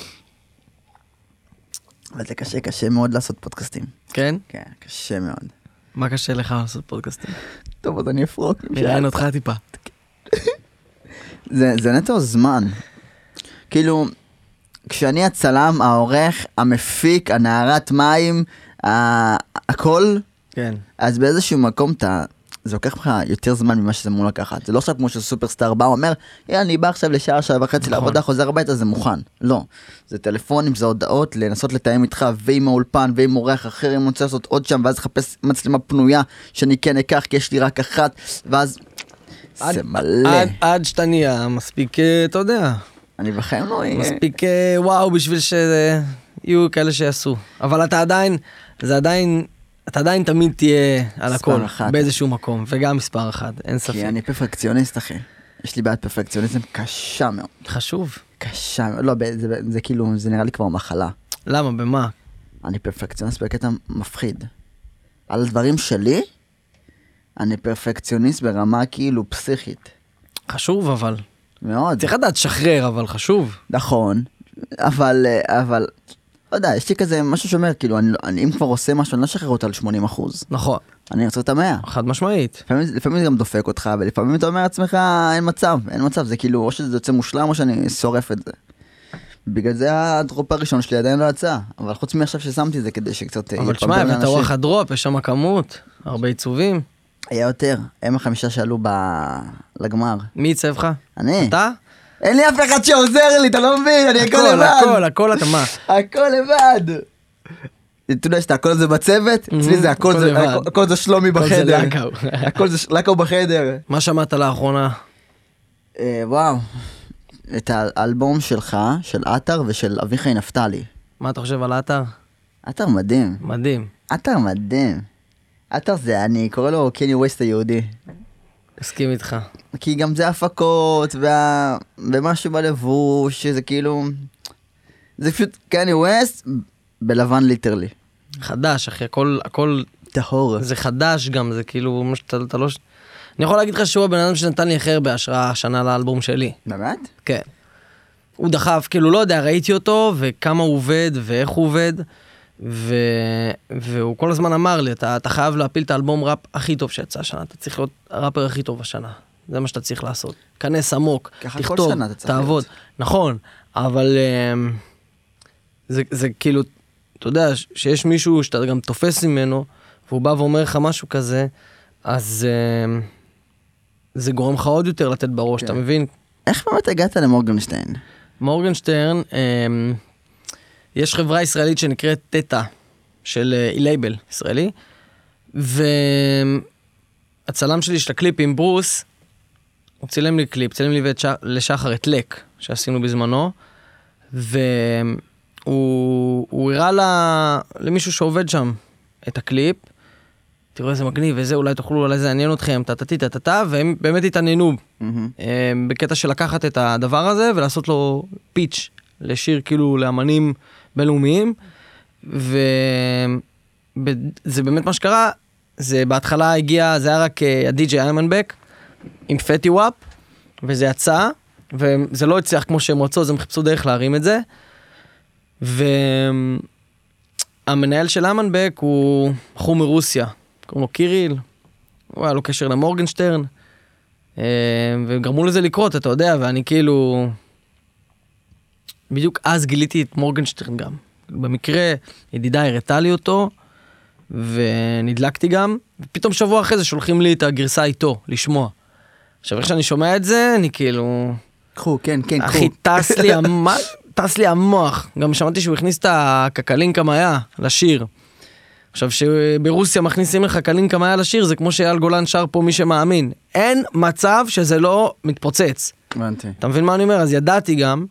אבל זה קשה, קשה מאוד לעשות פודקאסטים. כן? כן, קשה מאוד. מה קשה לך לעשות פודקאסטים? טוב, אז אני אפרוק. נראיין אותך טיפה. זה, זה נטו זמן. כאילו, כשאני הצלם, העורך, המפיק, הנערת מים, הכל, כן. אז באיזשהו מקום אתה, זה לוקח לך יותר זמן ממה שזה מול לקחת. זה לא עכשיו כמו שסופרסטאר בא, הוא אומר, יאללה, אני בא עכשיו לשעה, שעה וחצי לעבודה, חוזר הביתה, זה מוכן. לא. זה טלפונים, זה הודעות, לנסות לתאם איתך, ועם האולפן, ועם עורך אחר, אם אני רוצה לעשות עוד שם, ואז לחפש מצלמה פנויה, שאני כן אקח, כי יש לי רק אחת, ואז זה מלא. עד שאתה נהיה מספיק, אתה יודע. אני בחיים לא... מספיק וואו, בשביל שיהיו כאלה שיעשו. אבל אתה עדיין, זה עדיין... אתה עדיין תמיד תהיה על הכל, באיזשהו מקום, וגם מספר אחד, אין ספק. כי אני פרפקציוניסט, אחי. יש לי בעיית פרפקציוניזם קשה מאוד. חשוב. קשה מאוד. לא, זה, זה, זה כאילו, זה נראה לי כבר מחלה. למה? במה? אני פרפקציוניסט בקטע מפחיד. על הדברים שלי, אני פרפקציוניסט ברמה כאילו פסיכית. חשוב, אבל. מאוד. צריך לדעת שחרר, אבל חשוב. נכון, אבל, אבל... לא יודע, יש לי כזה משהו שאומר, כאילו, אני, אני אם כבר עושה משהו, אני לא שחרר אותה על שמונים אחוז. נכון. אני רוצה את המאה. חד משמעית. לפעמים, לפעמים זה גם דופק אותך, ולפעמים אתה אומר לעצמך, אין מצב, אין מצב, זה כאילו, או שזה יוצא מושלם, או שאני שורף את זה. בגלל זה הדרופ הראשון שלי עדיין לא יצא, אבל חוץ מעכשיו ששמתי זה כדי שקצת... אבל תשמע, הבאת רוח הדרופ, יש שם כמות, הרבה עיצובים. היה יותר, הם החמישה שעלו ב... לגמר. מי ייצב לך? אני. אתה? אין לי אף אחד שעוזר לי, אתה לא מבין, אני הכל לבד. הכל, הכל, הכל, אתה מה? הכל לבד. אתה יודע שאתה הכל זה בצוות, אצלי זה הכל זה שלומי בחדר. הכל זה לקו בחדר. מה שמעת לאחרונה? וואו, את האלבום שלך, של עטר ושל אביחי נפתלי. מה אתה חושב על עטר? עטר מדהים. מדהים. עטר מדהים. עטר זה, אני קורא לו קני ווסט היהודי. הסכים איתך. כי גם זה הפקות, וה... ומשהו בלבוש, שזה כאילו... זה פשוט קני ווסט בלבן ליטרלי. חדש, אחי, הכל, הכל... טהור. זה חדש גם, זה כאילו... אתה, אתה לא... אני יכול להגיד לך שהוא הבן אדם שנתן לי אחר בהשראה השנה לאלבום שלי. באמת? כן. הוא דחף, כאילו לא יודע, ראיתי אותו, וכמה הוא עובד, ואיך הוא עובד, ו... והוא כל הזמן אמר לי, אתה, אתה חייב להפיל את האלבום ראפ הכי טוב שיצא השנה, אתה צריך להיות הראפר הכי טוב השנה. זה מה שאתה צריך לעשות. כנס עמוק, תכתוב, תעבוד. נכון, אבל זה, זה כאילו, אתה יודע, שיש מישהו שאתה גם תופס ממנו, והוא בא ואומר לך משהו כזה, אז זה גורם לך עוד יותר לתת בראש, אתה מבין? איך באמת הגעת למורגנשטיין? מורגנשטיין, יש חברה ישראלית שנקראת טטה, של אי-לייבל ישראלי, והצלם שלי של הקליפ עם ברוס, הוא צילם לי קליפ, צילם לי לשחר את לק, שעשינו בזמנו, והוא הוא, הוא הראה לה, למישהו שעובד שם את הקליפ, תראו איזה מגניב וזה, אולי תוכלו, אולי זה עניין אתכם, טטטי טטטה, והם באמת התעניינו Mm-hmm. בקטע של לקחת את הדבר הזה ולעשות לו פיץ' לשיר כאילו לאמנים בינלאומיים, וזה באמת מה שקרה, זה בהתחלה הגיע, זה היה רק הדי-ג'יי איימנבק עם פטי וואפ, וזה יצא, וזה לא הצליח כמו שהם רצו, אז הם חיפשו דרך להרים את זה, והמנהל של איימנבק הוא בחור מרוסיה, קוראים לו קיריל, הוא היה לו קשר למורגנשטרן, וגרמו לזה לקרות, אתה יודע, ואני כאילו, בדיוק אז גיליתי את מורגנשטרן גם. במקרה, ידידה הראתה לי אותו, ונדלקתי גם, ופתאום שבוע אחרי זה שולחים לי את הגרסה איתו, לשמוע. עכשיו, איך שאני שומע את זה, אני כאילו... קחו, כן, כן, קחו. אחי, טס לי, המ... טס לי המוח. גם שמעתי שהוא הכניס את הקקלינקה מאיה לשיר. עכשיו, שברוסיה מכניסים לך קקלינקה מאיה לשיר, זה כמו שאייל גולן שר פה מי שמאמין. אין מצב שזה לא מתפוצץ. הבנתי. אתה מבין מה אני אומר? אז ידעתי גם,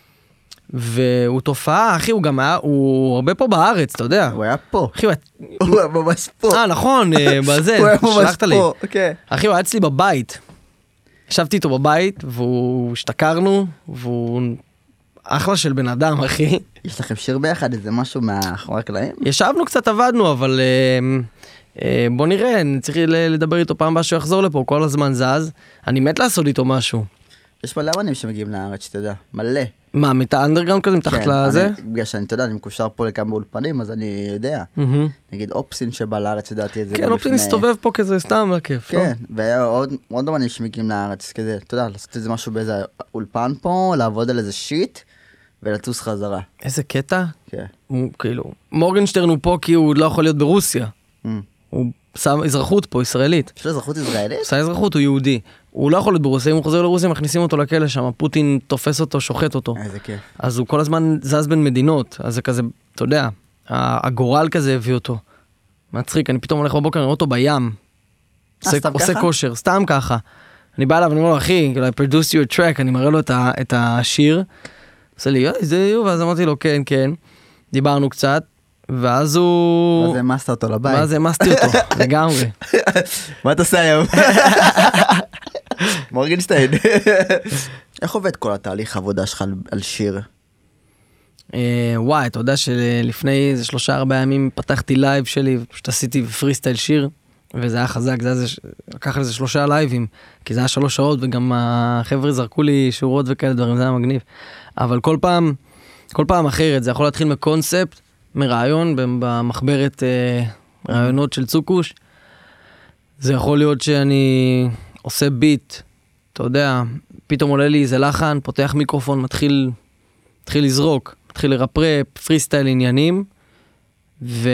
והוא תופעה, אחי, הוא גם היה, הוא הרבה פה בארץ, אתה יודע. הוא היה פה. אחי, הוא הוא היה ממש פה. אה, נכון, בזה, הוא היה ממש שלחת לי. פה, אוקיי. אחי, הוא היה אצלי בבית. ישבתי איתו בבית, והוא השתכרנו, והוא אחלה של בן אדם, אחי. יש לכם שיר ביחד, איזה משהו מאחורי הקלעים? ישבנו קצת, עבדנו, אבל אה, אה, בוא נראה, אני צריך לדבר איתו פעם הבאה שהוא יחזור לפה, כל הזמן זז. אני מת לעשות איתו משהו. יש מלא אמנים שמגיעים לארץ, שאתה יודע, מלא. מה, מת האנדרגראונד כזה, מתחת כן, לזה? אני, בגלל שאני, אתה יודע, אני מקושר פה לכמה אולפנים, אז אני יודע. נגיד אופסין שבא לארץ, ידעתי את זה. כן, אופסין מסתובב פה כזה, סתם, לכיף. כן, ועוד אמנים שמגיעים לארץ, כזה, אתה יודע, לעשות איזה משהו באיזה אולפן פה, לעבוד על איזה שיט, ולטוס חזרה. איזה קטע? כן. הוא כאילו, מורגנשטרן הוא פה כי הוא לא יכול להיות ברוסיה. הוא שם אזרחות פה, ישראלית. יש לו אזרחות ישראלית? עושה אזרחות, הוא יהודי. הוא לא יכול להיות ברוסיה, אם הוא חוזר לרוסיה, מכניסים אותו לכלא שם, פוטין תופס אותו, שוחט אותו. איזה כיף. אז הוא כל הזמן זז בין מדינות, אז זה כזה, אתה יודע, הגורל כזה הביא אותו. מצחיק, אני פתאום הולך בבוקר, אני רואה אותו בים. עושה, עושה כושר, סתם ככה. אני בא אליו, אני אומר לו, אחי, I produce your track, אני מראה לו את, ה, את השיר. עושה לי, זה יהיו, ואז אמרתי לו, כן, כן. דיברנו קצת, ואז הוא... ואז המסת אותו לבית. ואז המסתי אותו, לגמרי. מה אתה עושה היום? מורגנשטיין. איך עובד כל התהליך העבודה שלך על שיר? וואי, אתה יודע שלפני איזה שלושה ארבעה ימים פתחתי לייב שלי, ופשוט עשיתי פרי סטייל שיר, וזה היה חזק, זה היה, לקח לזה שלושה לייבים, כי זה היה שלוש שעות, וגם החבר'ה זרקו לי שורות וכאלה דברים, זה היה מגניב. אבל כל פעם, כל פעם אחרת, זה יכול להתחיל מקונספט, מרעיון, במחברת רעיונות של צוקוש. זה יכול להיות שאני עושה ביט, אתה יודע, פתאום עולה לי איזה לחן, פותח מיקרופון, מתחיל, מתחיל לזרוק, מתחיל לרפרפ, פרי סטייל עניינים, ויש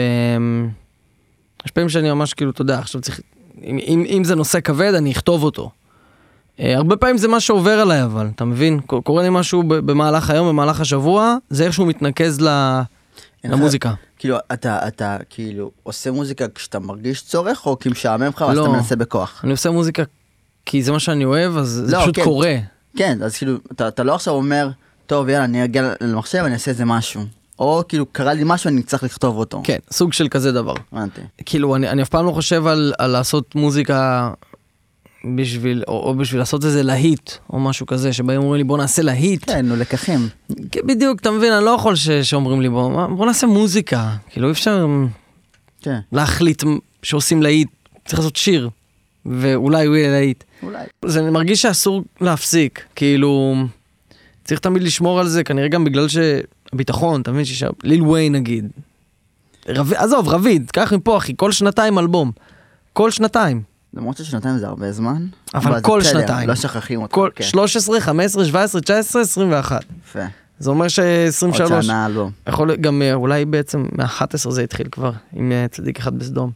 פעמים שאני ממש כאילו, אתה יודע, עכשיו צריך, אם, אם, אם זה נושא כבד, אני אכתוב אותו. הרבה פעמים זה מה שעובר עליי, אבל, אתה מבין? קורה לי משהו במהלך היום, במהלך השבוע, זה איכשהו מתנקז ל... למוזיקה. כאילו, אתה, אתה, כאילו, עושה מוזיקה כשאתה מרגיש צורך, או כי משעמם לך, ואז אתה מנסה בכוח? אני עושה מוזיקה כי זה מה שאני אוהב, אז זה פשוט קורה. כן, אז כאילו, אתה לא עכשיו אומר, טוב, יאללה, אני אגיע למחשב, אני אעשה איזה משהו. או כאילו, קרה לי משהו, אני צריך לכתוב אותו. כן, סוג של כזה דבר. הבנתי. כאילו, אני אף פעם לא חושב על לעשות מוזיקה בשביל, או בשביל לעשות איזה להיט, או משהו כזה, שבאים אומרים לי, בוא נעשה להיט. כן, נו, לקחים. בדיוק, אתה מבין, אני לא יכול שאומרים לי, בוא נעשה מוזיקה. כאילו, אי אפשר להחליט שעושים להיט, צריך לעשות שיר, ואולי הוא יהיה להיט. אולי. זה מרגיש שאסור להפסיק, כאילו, צריך תמיד לשמור על זה, כנראה גם בגלל שהביטחון, אתה מבין, שיש ליל ווי נגיד. עזוב, רביד, קח מפה, אחי, כל שנתיים אלבום. כל שנתיים. למרות ששנתיים זה הרבה זמן. אבל כל שנתיים. לא שכחים אותך. שלוש עשרה, חמש עשרה, שבע עשרה, תשע עשרה, עשרים ואחת. יפה. זה אומר ש-עשרים ושלוש... עוד שנה אלבום. יכול גם, אולי בעצם מ-אחת עשרה זה התחיל כבר, עם צדיק אחד בסדום.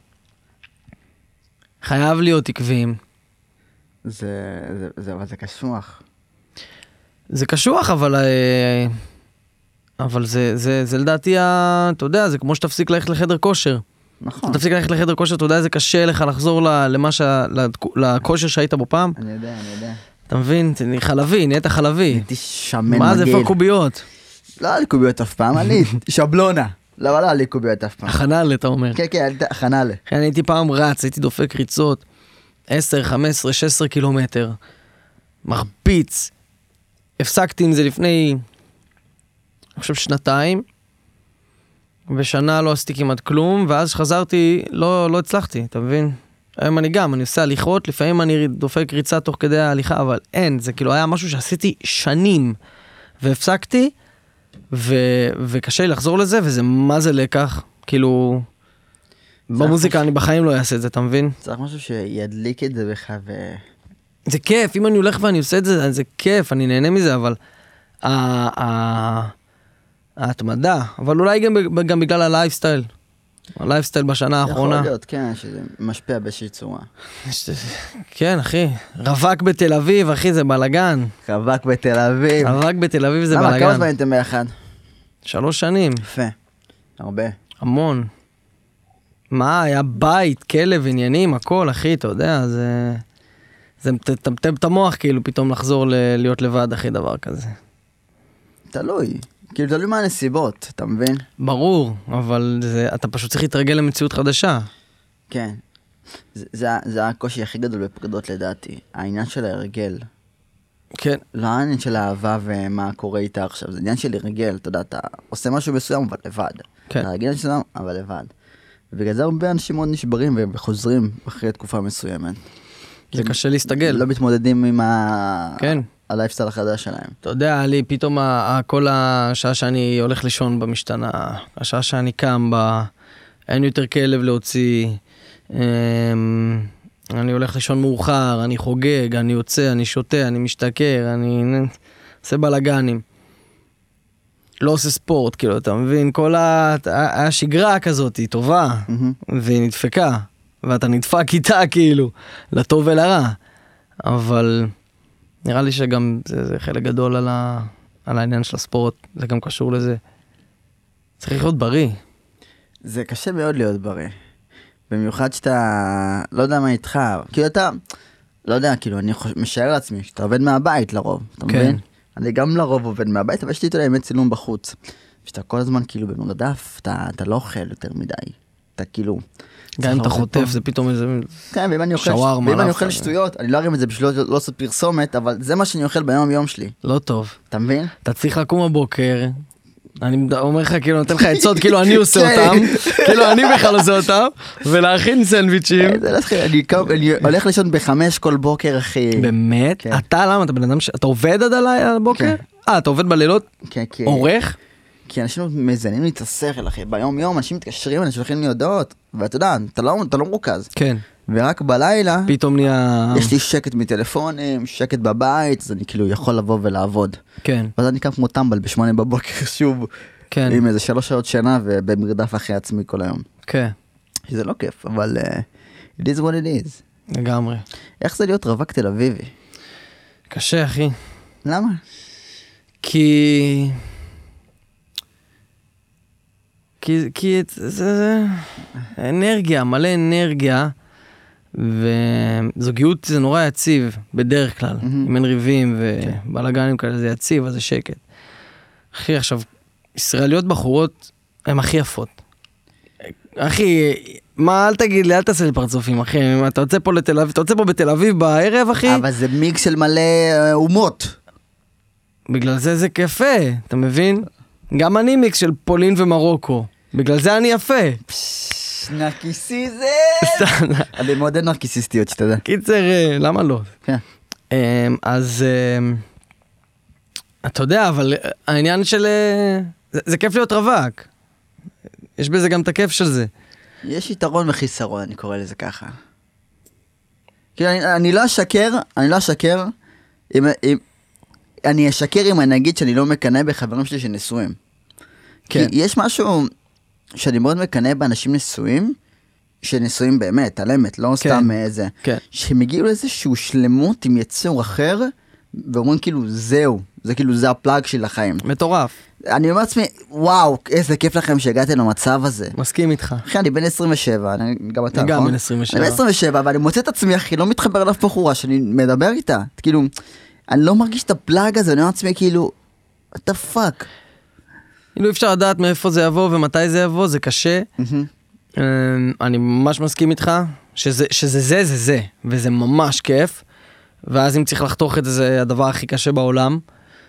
חייב להיות עקביים. זה, זה, זה, אבל זה קשוח. זה קשוח, אבל... אבל זה, זה, זה לדעתי, אתה יודע, זה כמו שתפסיק ללכת לחדר כושר. נכון. תפסיק ללכת לחדר כושר, אתה יודע, זה קשה לך לחזור למה ש... לכושר שהיית בו פעם. אני יודע, אני יודע. אתה מבין? חלבי, נהיית חלבי. הייתי שמן מגעיל. מה זה פקוביות? לא היה לי קוביות אף פעם, אני שבלונה. לא, לא היה לי קוביות אף פעם. הכנה אתה אומר. כן, כן, הכנה ל. אני הייתי פעם רץ, הייתי דופק ריצות, עשר, חמש עשרה, שש עשרה קילומטר, מרביץ. הפסקתי עם זה לפני, אני חושב שנתיים, ושנה לא עשיתי כמעט כלום, ואז שחזרתי, לא, לא הצלחתי, אתה מבין? היום אני גם, אני עושה הליכות, לפעמים אני דופק ריצה תוך כדי ההליכה, אבל אין, זה כאילו היה משהו שעשיתי שנים, והפסקתי, ו... וקשה לי לחזור לזה, וזה מה זה לקח, כאילו, במוזיקה אני בחיים לא אעשה את זה, אתה מבין? צריך משהו שידליק את זה בך ו... זה כיף, אם אני הולך ואני עושה את זה, זה כיף, אני נהנה מזה, אבל ההתמדה, אבל אולי גם, גם בגלל הלייפסטייל, הלייפסטייל בשנה האחרונה. יכול להיות, כן, שזה משפיע באיזושהי צורה. כן, אחי, רווק בתל אביב, אחי, זה בלגן. רווק בתל אביב. רווק בתל אביב זה למה, בלגן. כמה זמן הייתם ביחד? שלוש שנים. יפה, הרבה. המון. מה, היה בית, כלב, עניינים, הכל, אחי, אתה יודע, זה... זה מטמטם את המוח, כאילו, פתאום לחזור להיות לבד, אחי, דבר כזה. תלוי. כאילו, תלוי מה הנסיבות, אתה מבין? ברור, אבל זה, אתה פשוט צריך להתרגל למציאות חדשה. כן. זה, זה, זה הקושי הכי גדול בפקדות לדעתי. העניין של ההרגל. כן. לא העניין של האהבה ומה קורה איתה עכשיו. זה עניין של הרגל, אתה יודע, אתה עושה משהו מסוים, אבל לבד. כן. אתה רגיל שלנו, אבל לבד. ובגלל זה הרבה אנשים מאוד נשברים וחוזרים אחרי תקופה מסוימת. זה קשה להסתגל. לא מתמודדים עם ה... כן. הלייפסטייל החדש שלהם. אתה יודע, לי פתאום כל השעה שאני הולך לישון במשתנה, השעה שאני קם בה, אין יותר כלב להוציא, אני הולך לישון מאוחר, אני חוגג, אני יוצא, אני שותה, אני משתכר, אני עושה בלגנים. לא עושה ספורט, כאילו, אתה מבין? כל ה... השגרה כזאת היא טובה, והיא נדפקה, ואתה נדפק איתה, כאילו, לטוב ולרע. אבל נראה לי שגם זה, זה חלק גדול על, ה... על העניין של הספורט, זה גם קשור לזה. צריך להיות בריא. זה קשה מאוד להיות בריא. במיוחד שאתה, לא יודע מה איתך, כאילו אתה, לא יודע, כאילו, אני חוש... משער לעצמי, שאתה עובד מהבית לרוב, אתה כן. מבין? אני גם לרוב עובד מהבית, אבל יש לי איתו באמת צילום בחוץ. שאתה כל הזמן כאילו במרדף, אתה, אתה לא אוכל יותר מדי. אתה כאילו... גם אם אתה חוטף, זה פתאום איזה כן, ואם אני אוכל, שווארמה, ואם אני אוכל שטויות, אני לא ארים את זה בשביל לא לעשות פרסומת, אבל זה מה שאני אוכל ביום יום שלי. לא טוב. אתה מבין? אתה צריך לקום הבוקר, אני אומר לך, כאילו, נותן לך עצות, כאילו אני עושה אותם, כאילו אני בכלל עושה אותם, ולהכין סנדוויצ'ים. זה לא תחיל, אני הולך לישון בחמש כל בוקר, אחי. באמת? אתה למה? אתה בן אדם ש... אתה עובד עד הבוקר? אה, אתה עובד בלילות? כן, כן. עורך? כי אנשים מזיינים לי את השכל, אחי. ביום יום אנשים מתקשרים, אנשים שולחים לי הודעות, ואתה יודע, אתה לא, אתה לא מרוכז. כן. ורק בלילה, פתאום נהיה... יש לי שקט מטלפונים, שקט בבית, אז אני כאילו יכול לבוא ולעבוד. כן. ואז אני קם כמו טמבל בשמונה בבוקר שוב, כן. עם איזה שלוש שעות שינה, ובמרדף אחרי עצמי כל היום. כן. שזה לא כיף, אבל uh, it is what it is. לגמרי. איך זה להיות רווק תל אביבי? קשה, אחי. למה? כי... כי, כי זה, זה אנרגיה, מלא אנרגיה, וזוגיות זה נורא יציב, בדרך כלל, mm-hmm. אם אין ריבים ובלגנים כאלה, זה יציב, אז זה שקט. אחי, עכשיו, ישראליות בחורות, הן הכי יפות. אחי, מה, אל תגיד לי, אל תעשה לי פרצופים, אחי, אתה יוצא פה לתל אביב, אתה יוצא פה בתל אביב בערב, אחי? אבל זה מיקס של מלא אה, אומות. בגלל זה זה כיפה, אתה מבין? גם אני מיקס של פולין ומרוקו. בגלל זה אני יפה. נרקיסיזם! אני מאוד נרקיסיסטיות, שתדע. קיצר, למה לא? כן. אז אתה יודע, אבל העניין של... זה כיף להיות רווק. יש בזה גם את הכיף של זה. יש יתרון וחיסרון, אני קורא לזה ככה. כאילו, אני לא אשקר, אני לא אשקר, אני אשקר אם אני אגיד שאני לא מקנא בחברים שלי שנשואים. כי יש משהו שאני מאוד מקנא באנשים נשואים, שנשואים באמת, על אמת, לא סתם איזה, שהם הגיעו לאיזשהו שלמות עם יצור אחר, ואומרים כאילו זהו, זה כאילו זה הפלאג של החיים. מטורף. אני אומר לעצמי, וואו, איזה כיף לכם שהגעתם למצב הזה. מסכים איתך. אחי, אני בן עשרים ושבע, גם אתה, נכון? גם בן עשרים ושבע. אני בן עשרים ושבע, ואני מוצא את עצמי, אחי, לא מתחבר אליו בחורה, שאני מדבר איתה. כאילו, אני לא מרגיש את הפלאג הזה, אני אומר לעצמי כאילו, what the fuck? כאילו אי אפשר לדעת מאיפה זה יבוא ומתי זה יבוא, זה קשה. אני ממש מסכים איתך, שזה זה זה זה זה, וזה ממש כיף, ואז אם צריך לחתוך את זה, זה הדבר הכי קשה בעולם.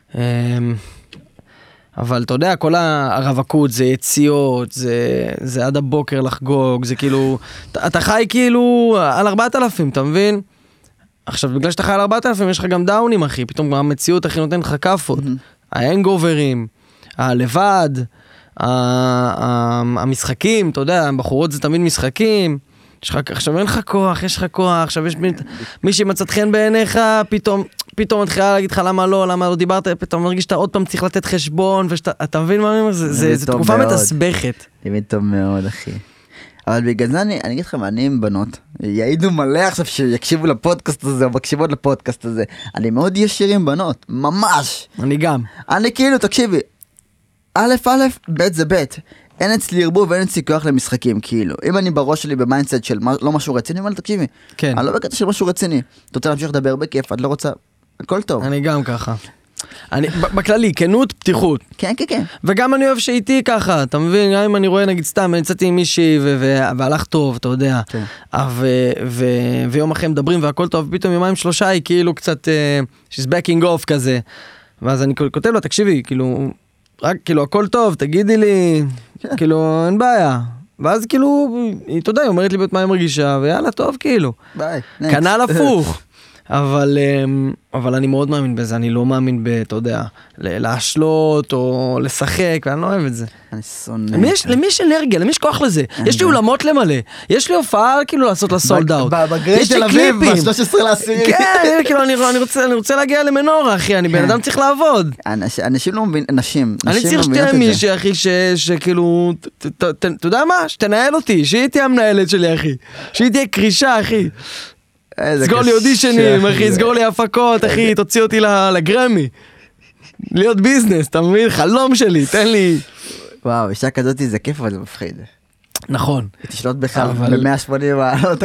אבל אתה יודע, כל הרווקות, זה יציאות, זה, זה עד הבוקר לחגוג, זה כאילו, אתה, אתה חי כאילו על ארבעת אלפים, אתה מבין? עכשיו, בגלל שאתה חי על ארבעת אלפים, יש לך גם דאונים, אחי, פתאום המציאות, אחי, נותן לך כפות. האנגוברים, הלבד, המשחקים, אתה יודע, בחורות זה תמיד משחקים, יש לך, עכשיו אין לך כוח, יש לך כוח, עכשיו יש מי שמצאת חן בעיניך, פתאום, פתאום מתחילה להגיד לך למה לא, למה לא דיברת, פתאום מרגיש שאתה עוד פעם צריך לתת חשבון, ואתה מבין מה אני אומר? זה תקופה מתסבכת. זה טוב מאוד, אחי. אבל בגלל זה אני, אני אגיד לכם, אני עם בנות, יעידו מלא עכשיו שיקשיבו לפודקאסט הזה, או מקשיבות לפודקאסט הזה. אני מאוד ישיר עם בנות, ממש. אני גם. אני כאילו, תקשיבי, א' א', ב' זה ב'. אין אצלי ערבוב ואין אצלי כוח למשחקים, כאילו. אם אני בראש שלי במיינדסט של לא משהו רציני, אבל תקשיבי. כן. אני לא בקטע של משהו רציני. אתה רוצה להמשיך לדבר בכיף, את לא רוצה, הכל טוב. אני גם ככה. אני, בכללי, כנות, פתיחות. כן, כן, כן. וגם אני אוהב שאיתי ככה, אתה מבין? גם אם אני רואה, נגיד סתם, אני יצאתי עם מישהי והלך טוב, אתה יודע. כן. ויום אחרי מדברים והכל טוב, פתאום יומיים שלושה היא כאילו קצת, she's backing off כזה. ואז אני כותב לה, תקשיבי, כאילו, רק כאילו הכל טוב, תגידי לי, כאילו, אין בעיה. ואז כאילו, אתה יודע, היא אומרת לי בית מה היא מרגישה, ויאללה, טוב, כאילו. ביי. כנ"ל הפוך. אבל, אבל אני מאוד מאמין בזה, אני לא מאמין ב, אתה יודע, להשלות או לשחק, ואני לא אוהב את זה. אני שונא. למי יש אנרגיה, למי יש כוח לזה? יש לי אולמות למלא, יש לי הופעה כאילו לעשות לסולד אאוט. בגרייט תל אביב, ב-שלושה עשר לעשירי. כן, כאילו אני רוצה להגיע למנורה, אחי, אני בן אדם צריך לעבוד. אנשים לא מבינים, נשים. אני צריך שתהיה מישהי, אחי, שכאילו, אתה יודע מה? שתנהל אותי, שהיא תהיה המנהלת שלי, אחי. שהיא תהיה קרישה, אחי. סגור לי אודישנים, אחי, סגור לי הפקות, אחי, תוציא אותי לגרמי. להיות ביזנס, אתה מבין? חלום שלי, תן לי. וואו, אישה כזאת זה כיף, אבל זה מפחיד. נכון. תשלוט בכלל ב-מאה ושמונים מעלות,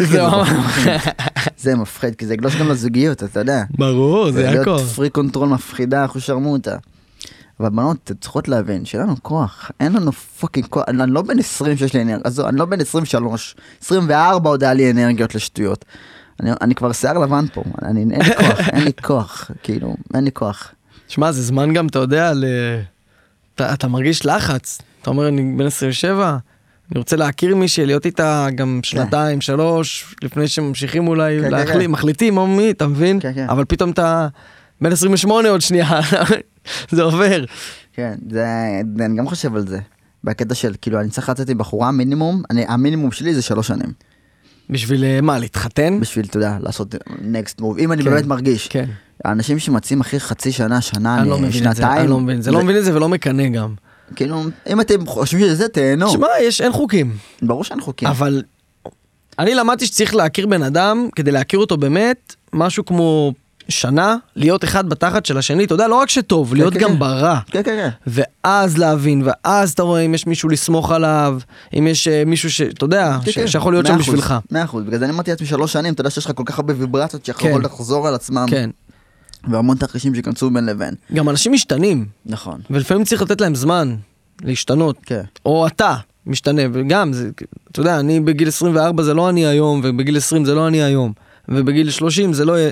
זה מפחיד, כי זה גלוש גם לזוגיות, אתה יודע. ברור, זה הכל. להיות פרי קונטרול מפחידה, אנחנו שרמו אותה. אבל בנות, צריכות להבין, שאין לנו כוח, אין לנו פאקינג כוח, אני לא בן עשרים שיש לי אנרגיה, אני לא בן עשרים ושלוש, עשרים וארבע עוד היה לי אנרגיות לשטויות. אני, אני כבר שיער לבן פה, אני, אין לי כוח, אין לי כוח, כאילו, אין לי כוח. שמע, זה זמן גם, אתה יודע, ל... אתה, אתה מרגיש לחץ, אתה אומר, אני בן עשרים ושבע, אני רוצה להכיר מישהי, להיות איתה גם שנתיים, שלוש, לפני שממשיכים אולי כן, להחליט, כן. מחליטים או מי, אתה מבין? כן, כן. אבל פתאום אתה בן עשרים ושמונה עוד שנייה, זה עובר. כן, זה, אני גם חושב על זה, בקטע של, כאילו, אני צריך לצאת עם בחורה, מינימום, אני, המינימום שלי זה שלוש שנים. בשביל מה, להתחתן? בשביל, אתה יודע, לעשות next move, אם אני באמת מרגיש. כן. האנשים שמצאים אחרי חצי שנה, שנה, אני לא מבין את זה, אני לא מבין, זה לא מבין את זה ולא מקנה גם. כאילו, אם אתם חושבים שזה, תהנו. תשמע, יש, אין חוקים. ברור שאין חוקים. אבל אני למדתי שצריך להכיר בן אדם, כדי להכיר אותו באמת, משהו כמו שנה, להיות אחד בתחת של השני, אתה יודע, לא רק שטוב, להיות גם ברע. כן, כן, כן. ואז להבין, ואז אתה רואה אם יש מישהו לסמוך עליו, אם יש מישהו ש... אתה יודע, שיכול להיות שם בשבילך. מאה אחוז, בגלל זה אני אמרתי לעצמי שלוש שנים, אתה יודע שיש לך כל כך הרבה ויברציות שיכול לחזור על עצמם. כן. והמון תרחישים שכנסו בין לבין. גם אנשים משתנים. נכון. ולפעמים צריך לתת להם זמן להשתנות. כן. או אתה משתנה, וגם, זה, אתה יודע, אני בגיל עשרים וארבע זה לא אני היום, ובגיל עשרים זה לא אני היום, ובגיל שלושים זה לא...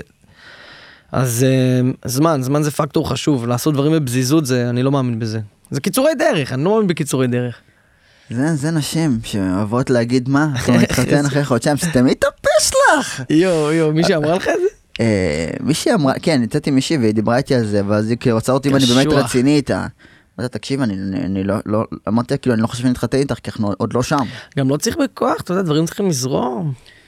אז זמן, זמן זה פקטור חשוב, לעשות דברים בבזיזות זה, אני לא מאמין בזה. זה קיצורי דרך, אני לא מאמין בקיצורי דרך. זה, זה נשים שאוהבות להגיד מה, אתה מתחתן אחרי חודשיים, סתם מתאפש לך. יו, יו, מישהי אמרה לך את זה? מישהי אמרה, כן, נצאתי מישהי והיא דיברה איתי על זה, ואז היא רוצה אותי אם אני באמת רציני איתה. אמרתי, תקשיב, אני לא, לא, אמרתי, כאילו, אני לא חושב שאני מתחתן איתך, כי אנחנו עוד לא שם. גם לא צריך בכוח, אתה יודע, דברים צריכים לזרום.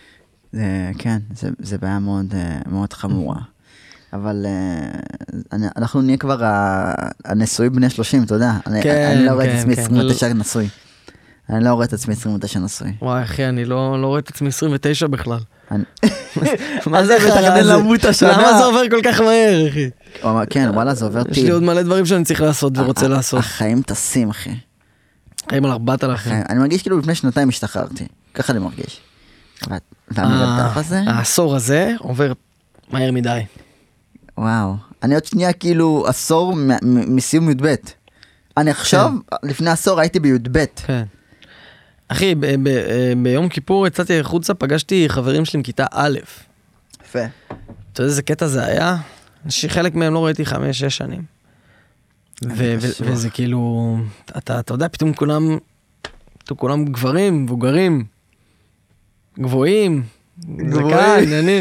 כן, זה בעיה מאוד, מאוד חמורה. אבל אנחנו נהיה כבר הנשוי בני שלושים, אתה יודע. אני לא רואה את עצמי עשרים ותשע נשוי. אני לא רואה את עצמי עשרים ותשע נשוי. וואי, אחי, אני לא רואה את עצמי עשרים ותשע בכלל. מה זה מתכנן למות השנה? למה זה עובר כל כך מהר, אחי? כן, וואלה, זה עובר טיל. יש לי עוד מלא דברים שאני צריך לעשות ורוצה לעשות. החיים טסים, אחי. חיים על ארבעת אלפים. אני מרגיש כאילו לפני שנתיים השתחררתי. ככה אני מרגיש. והמגלדף הזה? העשור הזה עובר מהר מדי. וואו. אני עוד שנייה כאילו עשור מסיום י"ב. אני עכשיו, לפני עשור הייתי בי"ב. כן. אחי, ב- ב- ביום כיפור יצאתי החוצה, פגשתי חברים שלי עם כיתה א'. יפה. אתה יודע איזה קטע זה היה? שחלק מהם לא ראיתי חמש, שש שנים. ו- ו- וזה כאילו, אתה, אתה יודע, פתאום כולם, פתאום כולם גברים, מבוגרים, גבוהים, זקן, עניינים.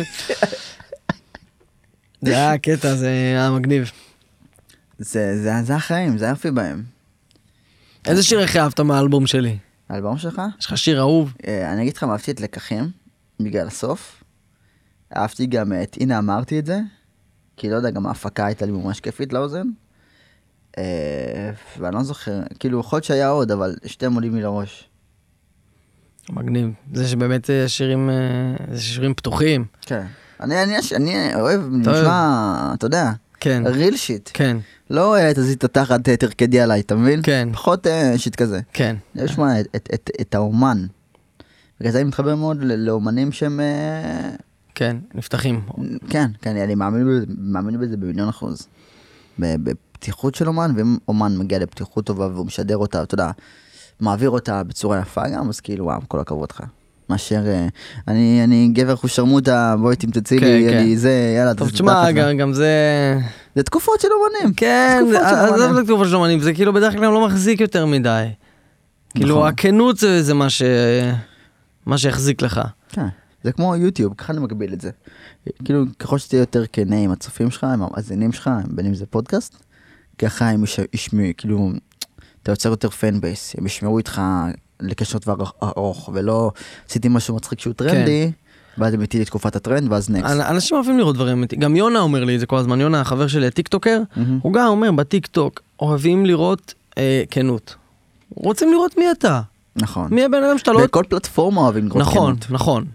זה היה קטע, זה היה מגניב. זה, זה, זה החיים, זה היופי בהם. איזה שיר הכי אהבת מהאלבום שלי? האלבום שלך? יש לך שיר אהוב? אה, אני אגיד לך, אהבתי את לקחים, בגלל הסוף. אהבתי גם את, הנה אמרתי את זה, כי לא יודע, גם ההפקה הייתה לי ממש כיפית לאוזן. אה, ואני לא זוכר, כאילו, יכול להיות שהיה עוד, אבל שתיהם עולים לי לראש. מגניב. זה שבאמת שירים, זה שירים פתוחים. כן. אני, אני, אני אוהב, נשמע, אתה יודע, כן. ריל שיט. כן. לא תזיז את התחת, תרקדי עליי, אתה מבין? כן. פחות שיט כזה. כן. יש מה, את, את, את, את האומן. בגלל זה אני מתחבר מאוד לאומנים שהם... כן, נפתחים. כן, כן, אני מאמין בזה, מאמין בזה במיליון אחוז. בפתיחות של אומן, ואם אומן מגיע לפתיחות טובה והוא משדר אותה, אתה יודע, מעביר אותה בצורה יפה גם, אז כאילו, וואו, כל הכבוד לך. מאשר, אני, אני גבר חושרמוטה, בואי תמצצי לי, אני זה, יאללה, טוב, תשמע, גם זה... זה תקופות של אומנים. כן, זה תקופות של אומנים, זה כאילו בדרך כלל לא מחזיק יותר מדי. כאילו, הכנות זה מה ש... מה שהחזיק לך. כן. זה כמו יוטיוב, ככה אני מקביל את זה. כאילו, ככל שתהיה יותר כנה עם הצופים שלך, עם המאזינים שלך, בין אם זה פודקאסט, ככה הם ישמעו, כאילו, אתה יוצר יותר פן בייס, הם ישמעו איתך לקשר דבר ארוך, ולא עשיתי משהו מצחיק שהוא טרנדי, ואז הם איתי לתקופת הטרנד, ואז נקסט. אנשים אוהבים לראות דברים אמיתיים. גם יונה אומר לי את זה כל הזמן, יונה, החבר שלי, הטיקטוקר, הוא גם אומר, בטיקטוק, אוהבים לראות כנות. רוצים לראות מי אתה. נכון. מי הבן אדם שאתה לא... בכל פלטפורמה אוהבים לראות כנות. נכון, נכון.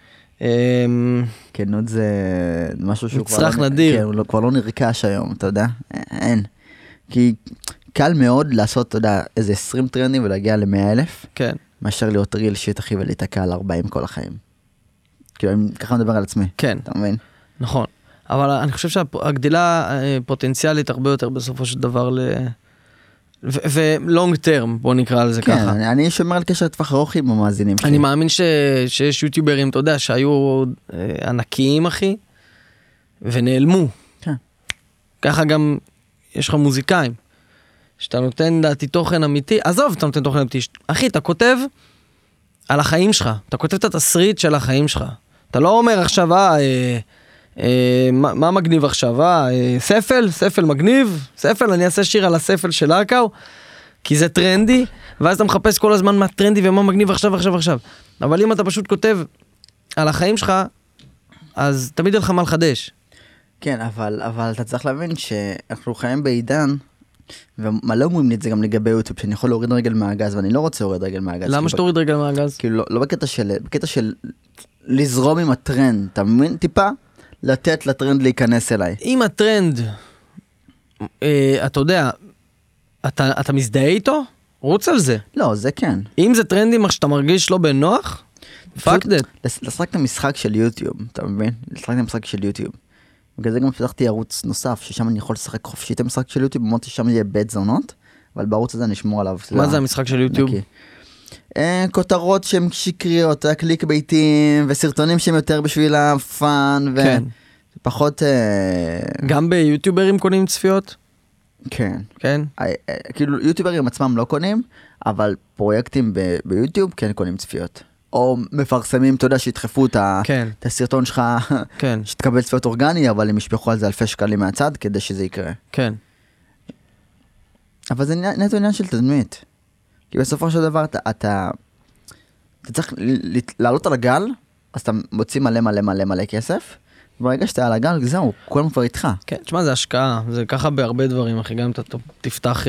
כנות זה משהו שהוא מצרך נדיר. כן, הוא כבר לא נרכש היום, אתה יודע? אין. כי קל מאוד לעשות, אתה יודע, איזה עשרים טרנדים ולהגיע ל-מאה אלף. כן. מאשר להיות ריל שיט, אחי, ולהתעקע על ארבעים כל החיים. כאילו, אני ככה מדבר על עצמי. כן. אתה מבין? נכון. אבל אני חושב שהגדילה פוטנציאלית הרבה יותר בסופו של דבר ל... ולונג טרם, בוא נקרא לזה ככה. כן, אני שומר על קשר לטווח ארוך עם המאזינים שלי. אני מאמין שיש יוטיוברים, אתה יודע, שהיו ענקיים, אחי, ונעלמו. כן. ככה גם יש לך מוזיקאים, שאתה נותן דעתי תוכן אמיתי, עזוב, אתה נותן תוכן אמיתי. אחי, אתה כותב על החיים שלך, אתה כותב את התסריט של החיים שלך. אתה לא אומר עכשיו, אה, אה, אה, מה, מה מגניב עכשיו, אה, אה, ספל, ספל מגניב, ספל, אני אעשה שיר על הספל של ארקאו, כי זה טרנדי, ואז אתה מחפש כל הזמן מה טרנדי ומה מגניב עכשיו, עכשיו, עכשיו. אבל אם אתה פשוט כותב על החיים שלך, אז תמיד יהיה לך מה לחדש. כן, אבל, אבל אתה צריך להבין שאנחנו חיים בעידן, ומלא אומרים לי את זה גם לגבי יוטיוב, שאני יכול להוריד רגל מהגז, ואני לא רוצה להוריד רגל מהגז. למה שתוריד רגל מהגז? כאילו, לא, לא בקטע של, בקטע של לזרום עם הטרנד, אתה מבין? טיפה לתת לטרנד להיכנס אליי. אם הטרנד, אה, אתה יודע, אתה, אתה מזדהה איתו? רוץ על זה. לא, זה כן. אם זה טרנדים שאתה מרגיש לא בנוח, פאק דט. לשחק את המשחק של יוטיוב, אתה מבין? לשחק את המשחק של יוטיוב. בגלל זה גם פתחתי ערוץ נוסף, ששם אני יכול לשחק חופשי את המשחק של יוטיוב, במות ששם יהיה בית זונות, אבל בערוץ הזה אני אשמור עליו. מה זה המשחק של יוטיוב? כותרות שהן שקריות, קליק ביתים, וסרטונים שהם יותר בשביל הפאן, ופחות... גם ביוטיוברים קונים צפיות? כן. כן? כאילו יוטיוברים עצמם לא קונים, אבל פרויקטים ביוטיוב כן קונים צפיות. או מפרסמים, אתה יודע, שידחפו את הסרטון שלך, שתקבל צפיות אורגני, אבל הם ישפחו על זה אלפי שקלים מהצד, כדי שזה יקרה. כן. אבל זה נטו עניין של תדמית. כי בסופו של דבר, אתה, אתה, אתה צריך לעלות על הגל, אז אתה מוציא מלא מלא מלא מלא כסף, וברגע שאתה על הגל, זהו, כולם כבר איתך. כן, תשמע, זה השקעה, זה ככה בהרבה דברים, אחי, גם אתה תפתח...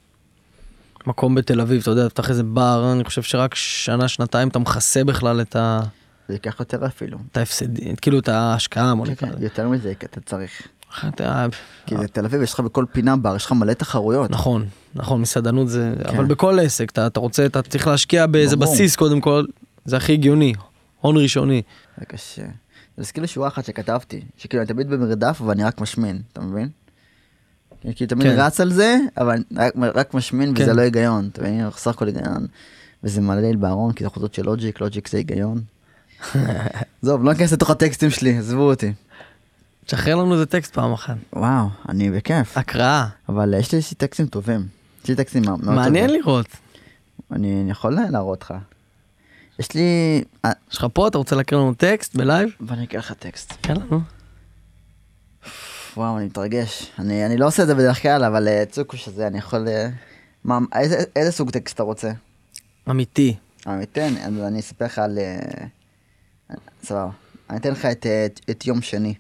מקום בתל אביב, אתה יודע, תפתח איזה בר, אני חושב שרק שנה, שנתיים אתה מכסה בכלל את ה... זה ייקח יותר אפילו. את ההפסדים, כאילו את ההשקעה. יותר מזה, כי אתה צריך. כי זה תל אביב, יש לך בכל פינה בר, יש לך מלא תחרויות. נכון, נכון, מסעדנות זה... אבל בכל עסק, אתה רוצה, אתה צריך להשקיע באיזה בסיס קודם כל, זה הכי הגיוני, הון ראשוני. זה קשה. זה כאילו שורה אחת שכתבתי, שכאילו אני תמיד במרדף, ואני רק משמין, אתה מבין? כי תמיד רץ על זה, אבל רק משמין וזה לא היגיון, אתה מבין, חסר כל היגיון, וזה מלא ליל בארון, כי זה חוזות של לוג'יק, לוג'יק זה היגיון. זוב, לא נכנס לתוך הטקסטים שלי, עזבו אותי. תשחרר לנו איזה טקסט פעם אחת. וואו, אני בכיף. הקראה. אבל יש לי טקסטים טובים. יש לי טקסטים מאוד טובים. מעניין לראות. אני יכול להראות לך. יש לי... יש לך פה, אתה רוצה להקריא לנו טקסט בלייב? ואני אקריא לך טקסט. כן לנו. וואו, אני מתרגש. אני, אני לא עושה את זה בדרך כלל, אבל צוקוש הזה, אני יכול... מה, איזה, איזה סוג טקסט אתה רוצה? אמיתי. אמיתי, אני, אני אספר לך על... סבבה. אני אתן לך את, את, את יום שני.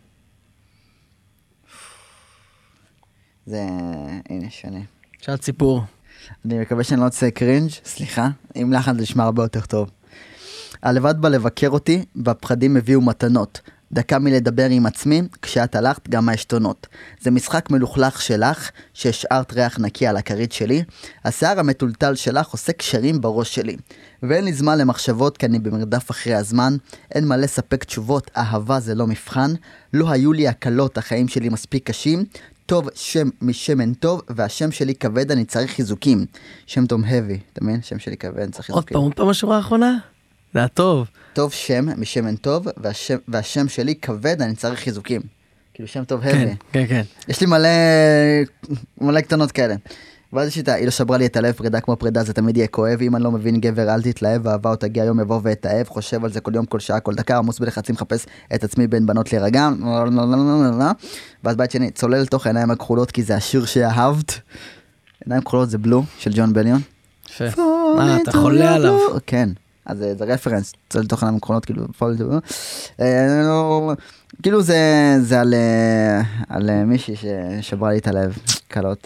זה... הנה, שני. שאל סיפור. אני מקווה שאני לא יוצא קרינג', סליחה. אם לחן זה נשמע הרבה יותר טוב. הלבד בא לבקר אותי, והפחדים הביאו מתנות. דקה מלדבר עם עצמי, כשאת הלכת גם העשתונות. זה משחק מלוכלך שלך, שהשארת ריח נקי על הכרית שלי. השיער המטולטל שלך עושה קשרים בראש שלי. ואין לי זמן למחשבות, כי אני במרדף אחרי הזמן. אין מה לספק תשובות, אהבה זה לא מבחן. לא היו לי הקלות, החיים שלי מספיק קשים. טוב שם משמן טוב, והשם שלי כבד, אני צריך חיזוקים. שם טוב heavy, אתה מבין? שם שלי כבד, אני צריך חיזוקים. עוד פעם, עוד פעם השורה האחרונה? זה היה טוב. טוב שם משמן טוב, והשם, והשם שלי כבד, אני צריך חיזוקים. כאילו שם טוב heavy. כן, כן, כן. יש לי מלא, מלא קטנות כאלה. ואז יש איתה, היא לא שברה לי את הלב, פרידה כמו פרידה, זה תמיד יהיה כואב. אם אני לא מבין גבר, אל תתלהב, ואהבה או תגיע יום יבוא ואתאהב, חושב על זה כל יום, כל שעה, כל דקה, עמוס בלחצים, חפש את עצמי בין בנות להירגע. ואז בית שני, צולל לתוך העיניים הכחולות, כי זה השיר שאהבת. עיניים כחולות זה בלו, של ג'ון בליון. יפה. מה, אתה חולה עליו? כן. אז זה רפרנס, צולל לתוך העיניים הכחולות, כאילו, כאילו זה על מישהי ששברה לי את הלב, קלות.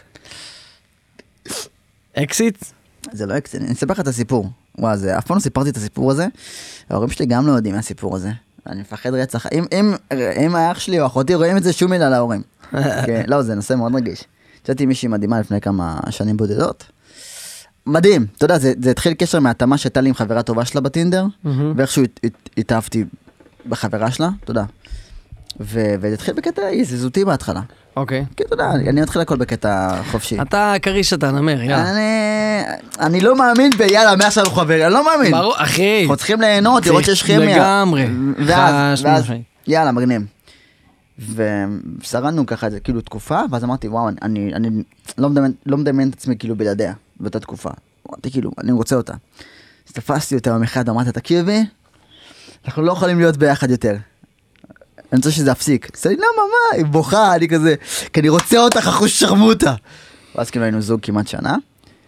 אקסיט? זה לא אקסיט, אני אספר לך את הסיפור. וואו, זה, אף פעם לא סיפרתי את הסיפור הזה. ההורים שלי גם לא יודעים מהסיפור הזה. אני מפחד רצח. אם, אם, אם האח שלי או אחותי רואים את זה, שום מילה להורים. לא, זה נושא מאוד רגיש. יצאתי מישהי מדהימה לפני כמה שנים בודדות. מדהים, אתה יודע, זה, זה התחיל קשר מהתאמה שהייתה לי עם חברה טובה שלה בטינדר, ואיכשהו התאהבתי בחברה שלה, אתה יודע. וזה התחיל בקטע זיזותי בהתחלה. אוקיי. כי אתה יודע, אני מתחיל הכל בקטע חופשי. אתה קריש אתה נמר, יאללה. אני לא מאמין ביאללה, מאה שלנו חבר, אני לא מאמין. ברור, אחי. אנחנו צריכים ליהנות, לראות שיש כימיה. לגמרי. ואז, יאללה, מגניב. ושרדנו ככה, זה כאילו תקופה, ואז אמרתי, וואו, אני לא מדמיין את עצמי כאילו בלעדיה, באותה תקופה. אמרתי, כאילו, אני רוצה אותה. אז תפסתי אותה במחד, אמרתי, תקשיבי, אנחנו לא יכולים להיות ביחד יותר. אני רוצה שזה אפסיק. אז אני, למה, מה? היא בוכה, אני כזה, כי אני רוצה אותך, אחוז שרמוטה. ואז כאילו היינו זוג כמעט שנה,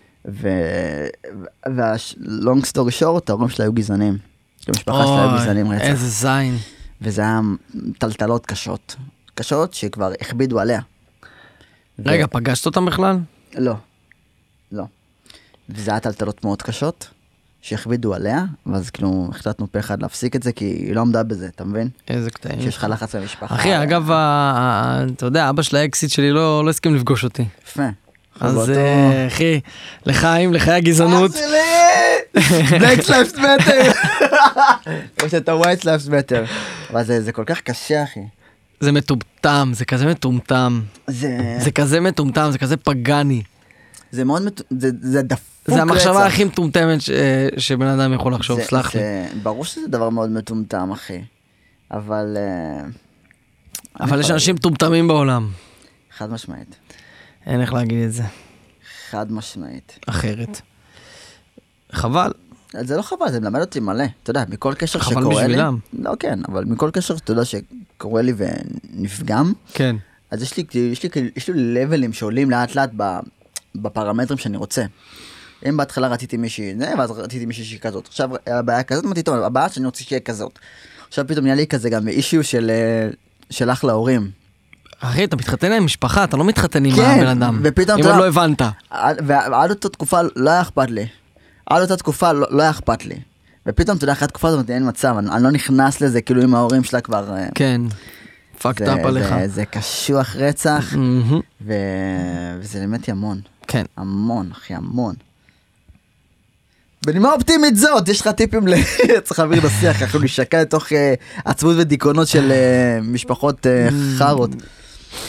והלונג סטורי שורט, ההורים שלה היו גזענים. המשפחה שלה היו גזענים רצח. איזה זין. וזה היה טלטלות קשות. קשות שכבר הכבידו עליה. רגע, פגשת אותם בכלל? לא. לא. וזה היה טלטלות מאוד קשות. שהכבידו עליה, ואז כאילו החלטנו פה אחד להפסיק את זה, כי היא לא עמדה בזה, אתה מבין? איזה קטעים. שיש לך לחץ במשפחה. אחי, אגב, אתה יודע, אבא של האקסיט שלי לא הסכים לפגוש אותי. יפה. אז אחי, לחיים, לחיי הגזענות. אח שלי! Black Lives Matter! או שאתה White Lives Matter. אבל זה כל כך קשה, אחי. זה מטומטם, זה כזה מטומטם. זה כזה מטומטם, זה כזה פגני. זה מאוד מטומטם, זה דפוק. זה המחשבה הכי מטומטמת שבן אדם יכול לחשוב, סלח לי. ברור שזה דבר מאוד מטומטם, אחי. אבל... אבל יש אנשים מטומטמים בעולם. חד משמעית. אין איך להגיד את זה. חד משמעית. אחרת. חבל. זה לא חבל, זה מלמד אותי מלא. אתה יודע, מכל קשר שקורה לי... חבל בשבילם. לא, כן, אבל מכל קשר, אתה יודע, שקורה לי ונפגם. כן. אז יש לי, יש לי, יש לי לבלים שעולים לאט לאט בפרמטרים שאני רוצה. אם בהתחלה רציתי מישהי, ואז רציתי מישהי שהיא כזאת. עכשיו, הבעיה כזאת, אמרתי, טוב, הבעיה שאני רוצה שיהיה כזאת. עכשיו פתאום נהיה לי כזה גם אישיו של, של אח להורים. אחי, אתה מתחתן עם משפחה, אתה לא מתחתן עם הבן אדם. ופתאום, אם עוד לא הבנת. ועד אותה תקופה לא היה אכפת לי. עד אותה תקופה לא היה אכפת לי. ופתאום, אתה יודע, אחרי התקופה הזאת, אין מצב, אני לא נכנס לזה, כאילו עם ההורים שלה כבר... כן, פאקט אפ עליך. זה קשוח רצח, וזה באמת המון. כן. המון, אחי, המון. בנימה אופטימית זאת, יש לך טיפים ל... צריך להעביר לשיח, אנחנו נשקע לתוך עצבות ודיכאונות של משפחות חרות.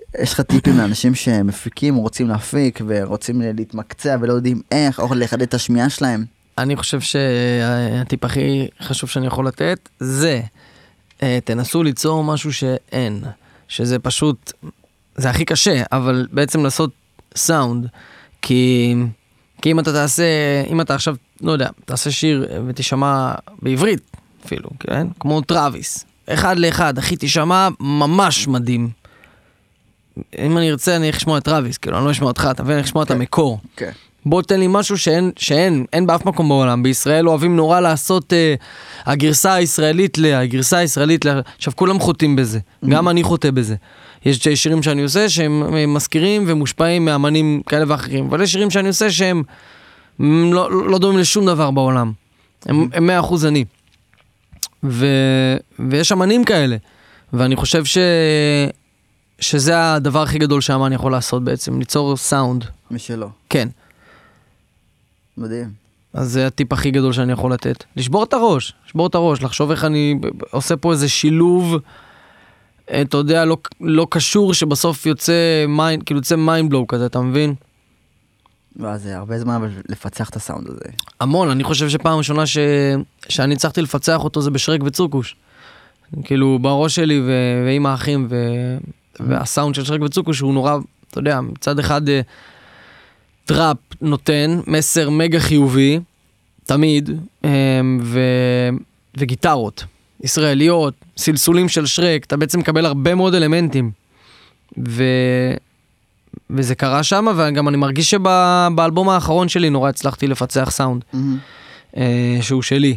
יש לך טיפים לאנשים שמפיקים, רוצים להפיק, ורוצים להתמקצע ולא יודעים איך, או לחדד את השמיעה שלהם? אני חושב שהטיפ הכי חשוב שאני יכול לתת, זה, תנסו ליצור משהו שאין, שזה פשוט, זה הכי קשה, אבל בעצם לעשות סאונד, כי, כי אם אתה תעשה, אם אתה עכשיו, לא יודע, תעשה שיר ותשמע בעברית, אפילו, כן? כמו טראביס, אחד לאחד, אחי, תשמע ממש מדהים. אם אני ארצה, אני אשמע את טראביס, כאילו, אני לא אשמע אותך, אתה מבין, אני אשמע את המקור. כן. בוא תן לי משהו שאין, שאין, אין באף מקום בעולם. בישראל אוהבים נורא לעשות אה, הגרסה הישראלית ל... הגרסה הישראלית ל... עכשיו, כולם חוטאים בזה. גם אני חוטא בזה. יש שירים שאני עושה שהם מזכירים ומושפעים מאמנים כאלה ואחרים, אבל יש שירים שאני עושה שהם לא, לא דומים לשום דבר בעולם. הם, הם מאה אחוז אני. ו... ויש אמנים כאלה. ואני חושב ש... שזה הדבר הכי גדול שהאמן יכול לעשות בעצם, ליצור סאונד. משלו. כן. מדהים. אז זה הטיפ הכי גדול שאני יכול לתת. לשבור את הראש, לשבור את הראש, לחשוב איך אני עושה פה איזה שילוב, אתה יודע, לא, לא קשור, שבסוף יוצא מיינד, כאילו יוצא מיינד בלואו כזה, אתה מבין? ואז זה הרבה זמן לפצח את הסאונד הזה. המון, אני חושב שפעם ראשונה ש... שאני צריכתי לפצח אותו זה בשרק וצוקוש. כאילו בראש שלי ו... ועם האחים ו... והסאונד של שרק וצוקוש הוא נורא, אתה יודע, מצד אחד טראפ נותן מסר מגה חיובי, תמיד, ו... וגיטרות ישראליות, סלסולים של שרק, אתה בעצם מקבל הרבה מאוד אלמנטים, ו... וזה קרה שם, וגם אני מרגיש שבאלבום האחרון שלי נורא הצלחתי לפצח סאונד, mm-hmm. שהוא שלי.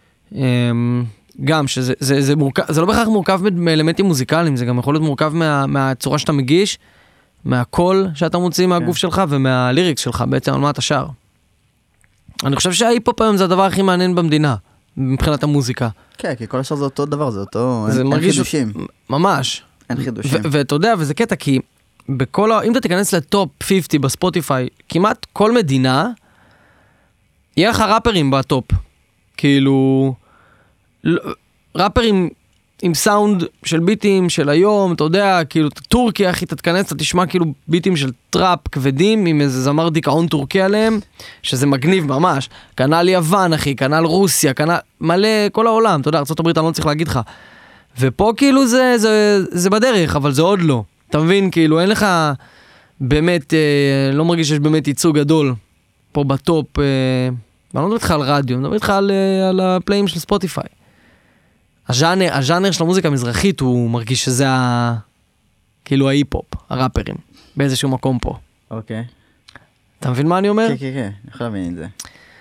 גם שזה זה, זה מורכב, זה לא בהכרח מורכב מאלמנטים מוזיקליים, זה גם יכול להיות מורכב מה, מהצורה שאתה מגיש, מהקול שאתה מוציא מהגוף כן. שלך ומהליריקס שלך, בעצם על מה אתה שר. אני חושב שההיפ-הופ היום זה הדבר הכי מעניין במדינה, מבחינת המוזיקה. כן, כי כל השאר זה אותו דבר, זה אותו, זה אין, מרגיש, אין חידושים. ממש. אין חידושים. ואתה יודע, וזה קטע, כי בכל, אם אתה תיכנס לטופ חמישים בספוטיפיי, כמעט כל מדינה, יהיה לך ראפרים בטופ. כאילו... ראפרים עם סאונד של ביטים של היום, אתה יודע, כאילו טורקיה, אחי, אתה תכנס, אתה תשמע כאילו ביטים של טראפ כבדים, עם איזה זמר דיכאון טורקי עליהם, שזה מגניב ממש. כנ"ל יוון, אחי, כנ"ל רוסיה, כנ"ל מלא, כל העולם, אתה יודע, ארצות הברית, אני לא צריך להגיד לך. ופה כאילו זה, זה, זה בדרך, אבל זה עוד לא. אתה מבין, כאילו, אין לך באמת, אה, לא מרגיש שיש באמת ייצוג גדול פה בטופ, אה, אני לא מדבר איתך על רדיו, אני מדבר איתך על, על הפלאים של ספוטיפיי. הז'אנר, הז'אנר של המוזיקה המזרחית, הוא מרגיש שזה ה... כאילו ההיפ-הופ, הראפרים, באיזשהו מקום פה. אוקיי. אתה מבין מה אני אומר? כן, כן, כן, אני יכול להבין את זה.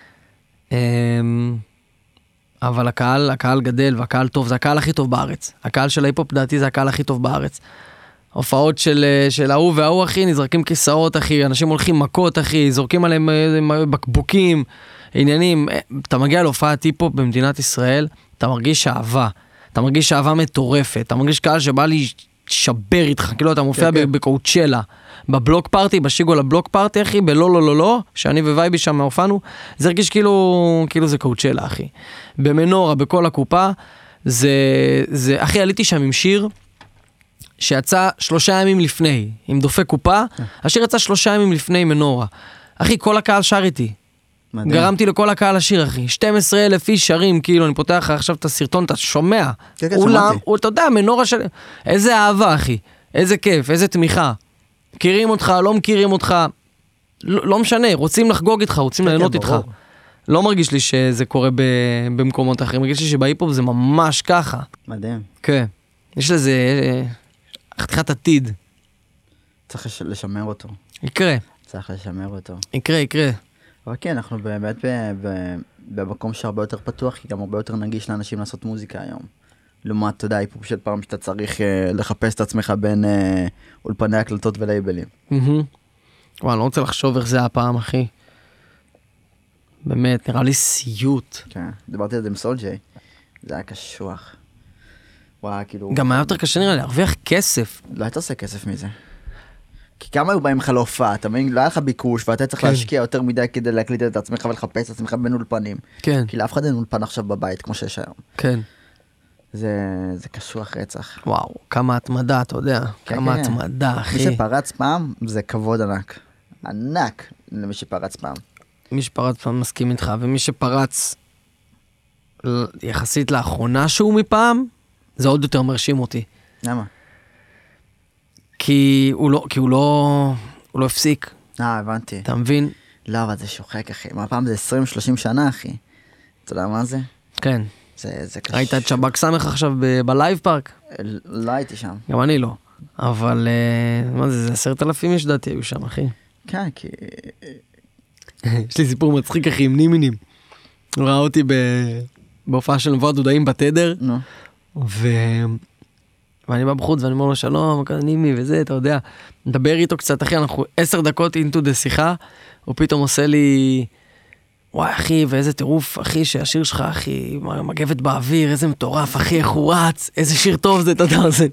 אבל הקהל, הקהל גדל, והקהל טוב, זה הקהל הכי טוב בארץ. הקהל של ההיפ-הופ, דעתי, זה הקהל הכי טוב בארץ. הופעות של, של ההוא וההוא, אחי, נזרקים כיסאות, אחי, אנשים הולכים מכות, אחי, זורקים עליהם בקבוקים, עניינים. אתה מגיע להופעת היפ-הופ במדינת ישראל, אתה מרגיש אהבה, אתה מרגיש אהבה מטורפת, אתה מרגיש קהל שבא להישבר איתך, כאילו אתה מופיע בקואוצ'לה, בבלוק פארטי, בשיגו לבלוק פארטי, אחי, בלא לא לא לא, שאני ווייבי שם הופענו, זה הרגיש כאילו, כאילו זה קואוצ'לה, אחי. במנורה, בכל הקופה, זה, זה, אחי, עליתי שם עם שיר, שיצא שלושה ימים לפני, עם דופק קופה, השיר יצא שלושה ימים לפני מנורה. אחי, כל הקהל שר איתי. מדהים. גרמתי לכל הקהל השיר, אחי. שנים עשר אלף איש שרים, כאילו, אני פותח עכשיו את הסרטון, אתה שומע. כן, כן, אולם, שמעתי. אתה יודע, מנורה של... איזה אהבה, אחי. איזה כיף, איזה תמיכה. מכירים אותך, לא מכירים אותך. לא, לא משנה, רוצים לחגוג איתך, רוצים כן, ליהנות כן, איתך. ברור. לא מרגיש לי שזה קורה ב... במקומות אחרים. מרגיש לי שבהיפ-הופ זה ממש ככה. מדהים. כן. יש לזה... חתיכת עתיד. צריך לש- לשמר אותו. יקרה. צריך לשמר אותו. יקרה, יקרה. אבל כן, אנחנו באמת ב- ב- במקום שהרבה יותר פתוח, כי גם הרבה יותר נגיש לאנשים לעשות מוזיקה היום. לעומת, אתה יודע, היפופ של פעם שאתה צריך אה, לחפש את עצמך בין אה, אולפני הקלטות ולייבלים. וואי, אני לא רוצה לחשוב איך זה הפעם, אחי. באמת, נראה לי סיוט. כן, דיברתי על זה עם סולג'יי. זה היה קשוח. וואי, כאילו... גם היה יותר קשה נראה לי, להרוויח כסף. לא היית עושה כסף מזה. כי כמה היו באים לך להופעה, אתה מבין? לא היה לך ביקוש, ואתה צריך כן. להשקיע יותר מדי כדי להקליט את עצמך ולחפש את עצמך בין אולפנים. כן, כי לאף אחד אין אולפן עכשיו בבית, כמו שיש היום. כן. זה, זה קשוח רצח. וואו, כמה התמדה, אתה יודע, כן, כמה כן. התמדה, מי אחי. שפרץ פעם, זה כבוד ענק. ענק למי שפרץ פעם. מי שפרץ פעם מסכים איתך, ומי שפרץ ל- יחסית לאחרונה שהוא מפעם, זה עוד יותר מרשים אותי. למה? כי הוא לא, כי הוא לא, הוא לא הפסיק, אה, הבנתי. אתה מבין? לא, אבל זה שוחק, אחי. מה פעם זה עשרים שלושים שנה, אחי. אתה יודע מה זה? כן. זה, זה קשור. ראית את שב"כ סמך עכשיו ב- בלייב פארק? לא הייתי שם. גם אני לא. אבל, אה, מה זה, זה עשרת אלפים יש דעתי היו שם, אחי. כן, כי... יש לי סיפור מצחיק, אחי, עם נימינים. הוא ראה אותי ב... בהופעה של מבואה דודאים בתדר, נו. ו... ואני בא בחוץ ואני אומר לו שלום, כזה נימי וזה, אתה יודע, מדבר איתו קצת, אחי, אנחנו עשר דקות אינטו דה שיחה, הוא פתאום עושה לי, וואי אחי, ואיזה טירוף, אחי, שהשיר שלך, אחי, מגבת באוויר, איזה מטורף, אחי, איך הוא רץ, איזה שיר טוב זה, אתה יודע, זה...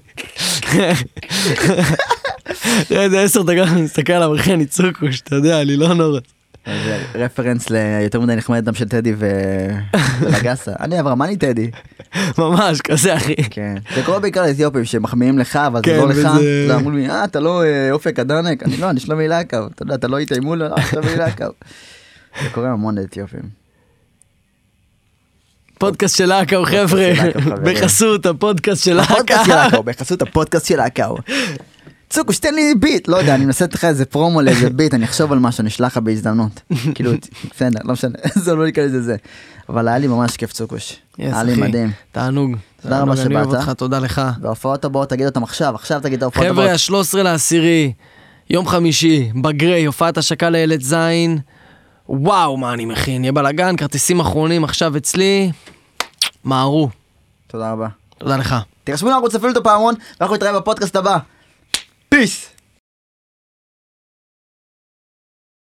איזה עשר דקות, אני מסתכל עליו, אחי, אני צוקוש, אתה יודע, אני לא נורא. זה רפרנס ליותר מדי נחמד דם של טדי ולגסה. אני אברהם, אני טדי. ממש, כזה, אחי. כן. זה קורה בעיקר לאתיופים שמחמיאים לך, אבל זה כן, לא לך. וזה- אתה אמרו לי, אה, אתה לא אה, אופק הדנק. אני לא, אני שלומי לקו. אתה יודע, אתה לא איתי מול, לא, שלומי לקו. זה קורה המון לאתיופים. פודקאסט של אקאו, חבר'ה, של אקאו, חברים. בחסות הפודקאסט של הפודקאסט של אקאו. אקאו, בחסות הפודקאסט של אקאו. צוקוש, תן לי ביט. לא יודע, אני מנסה לך איזה פרומו לאיזה ביט, אני אחשוב על משהו, נשלח לך בהזדמנות. כאילו, בסדר, לא משנה, זה לא נקרא לזה זה. אבל היה לי ממש כיף צוקוש. היה לי מדהים. תענוג. תודה רבה אני אוהב שבאת. אותך, תודה לך. וההופעות הבאות תגיד אותם עכשיו, עכשיו תגיד את ההופעות הבאות. חבר'ה, ה-שלושה עשר לעשירי, יום חמישי, בגרי, הופעת השקה לילד זין. וואו, מה אני מכין, יהיה בלגן, כרטיסים אחרונים עכשיו אצלי. מהרו. תודה רבה. תודה לך. תירשמו לערוץ אפילו את הפעמון, ואנחנו נתראה בפודקאסט הבא. פיס!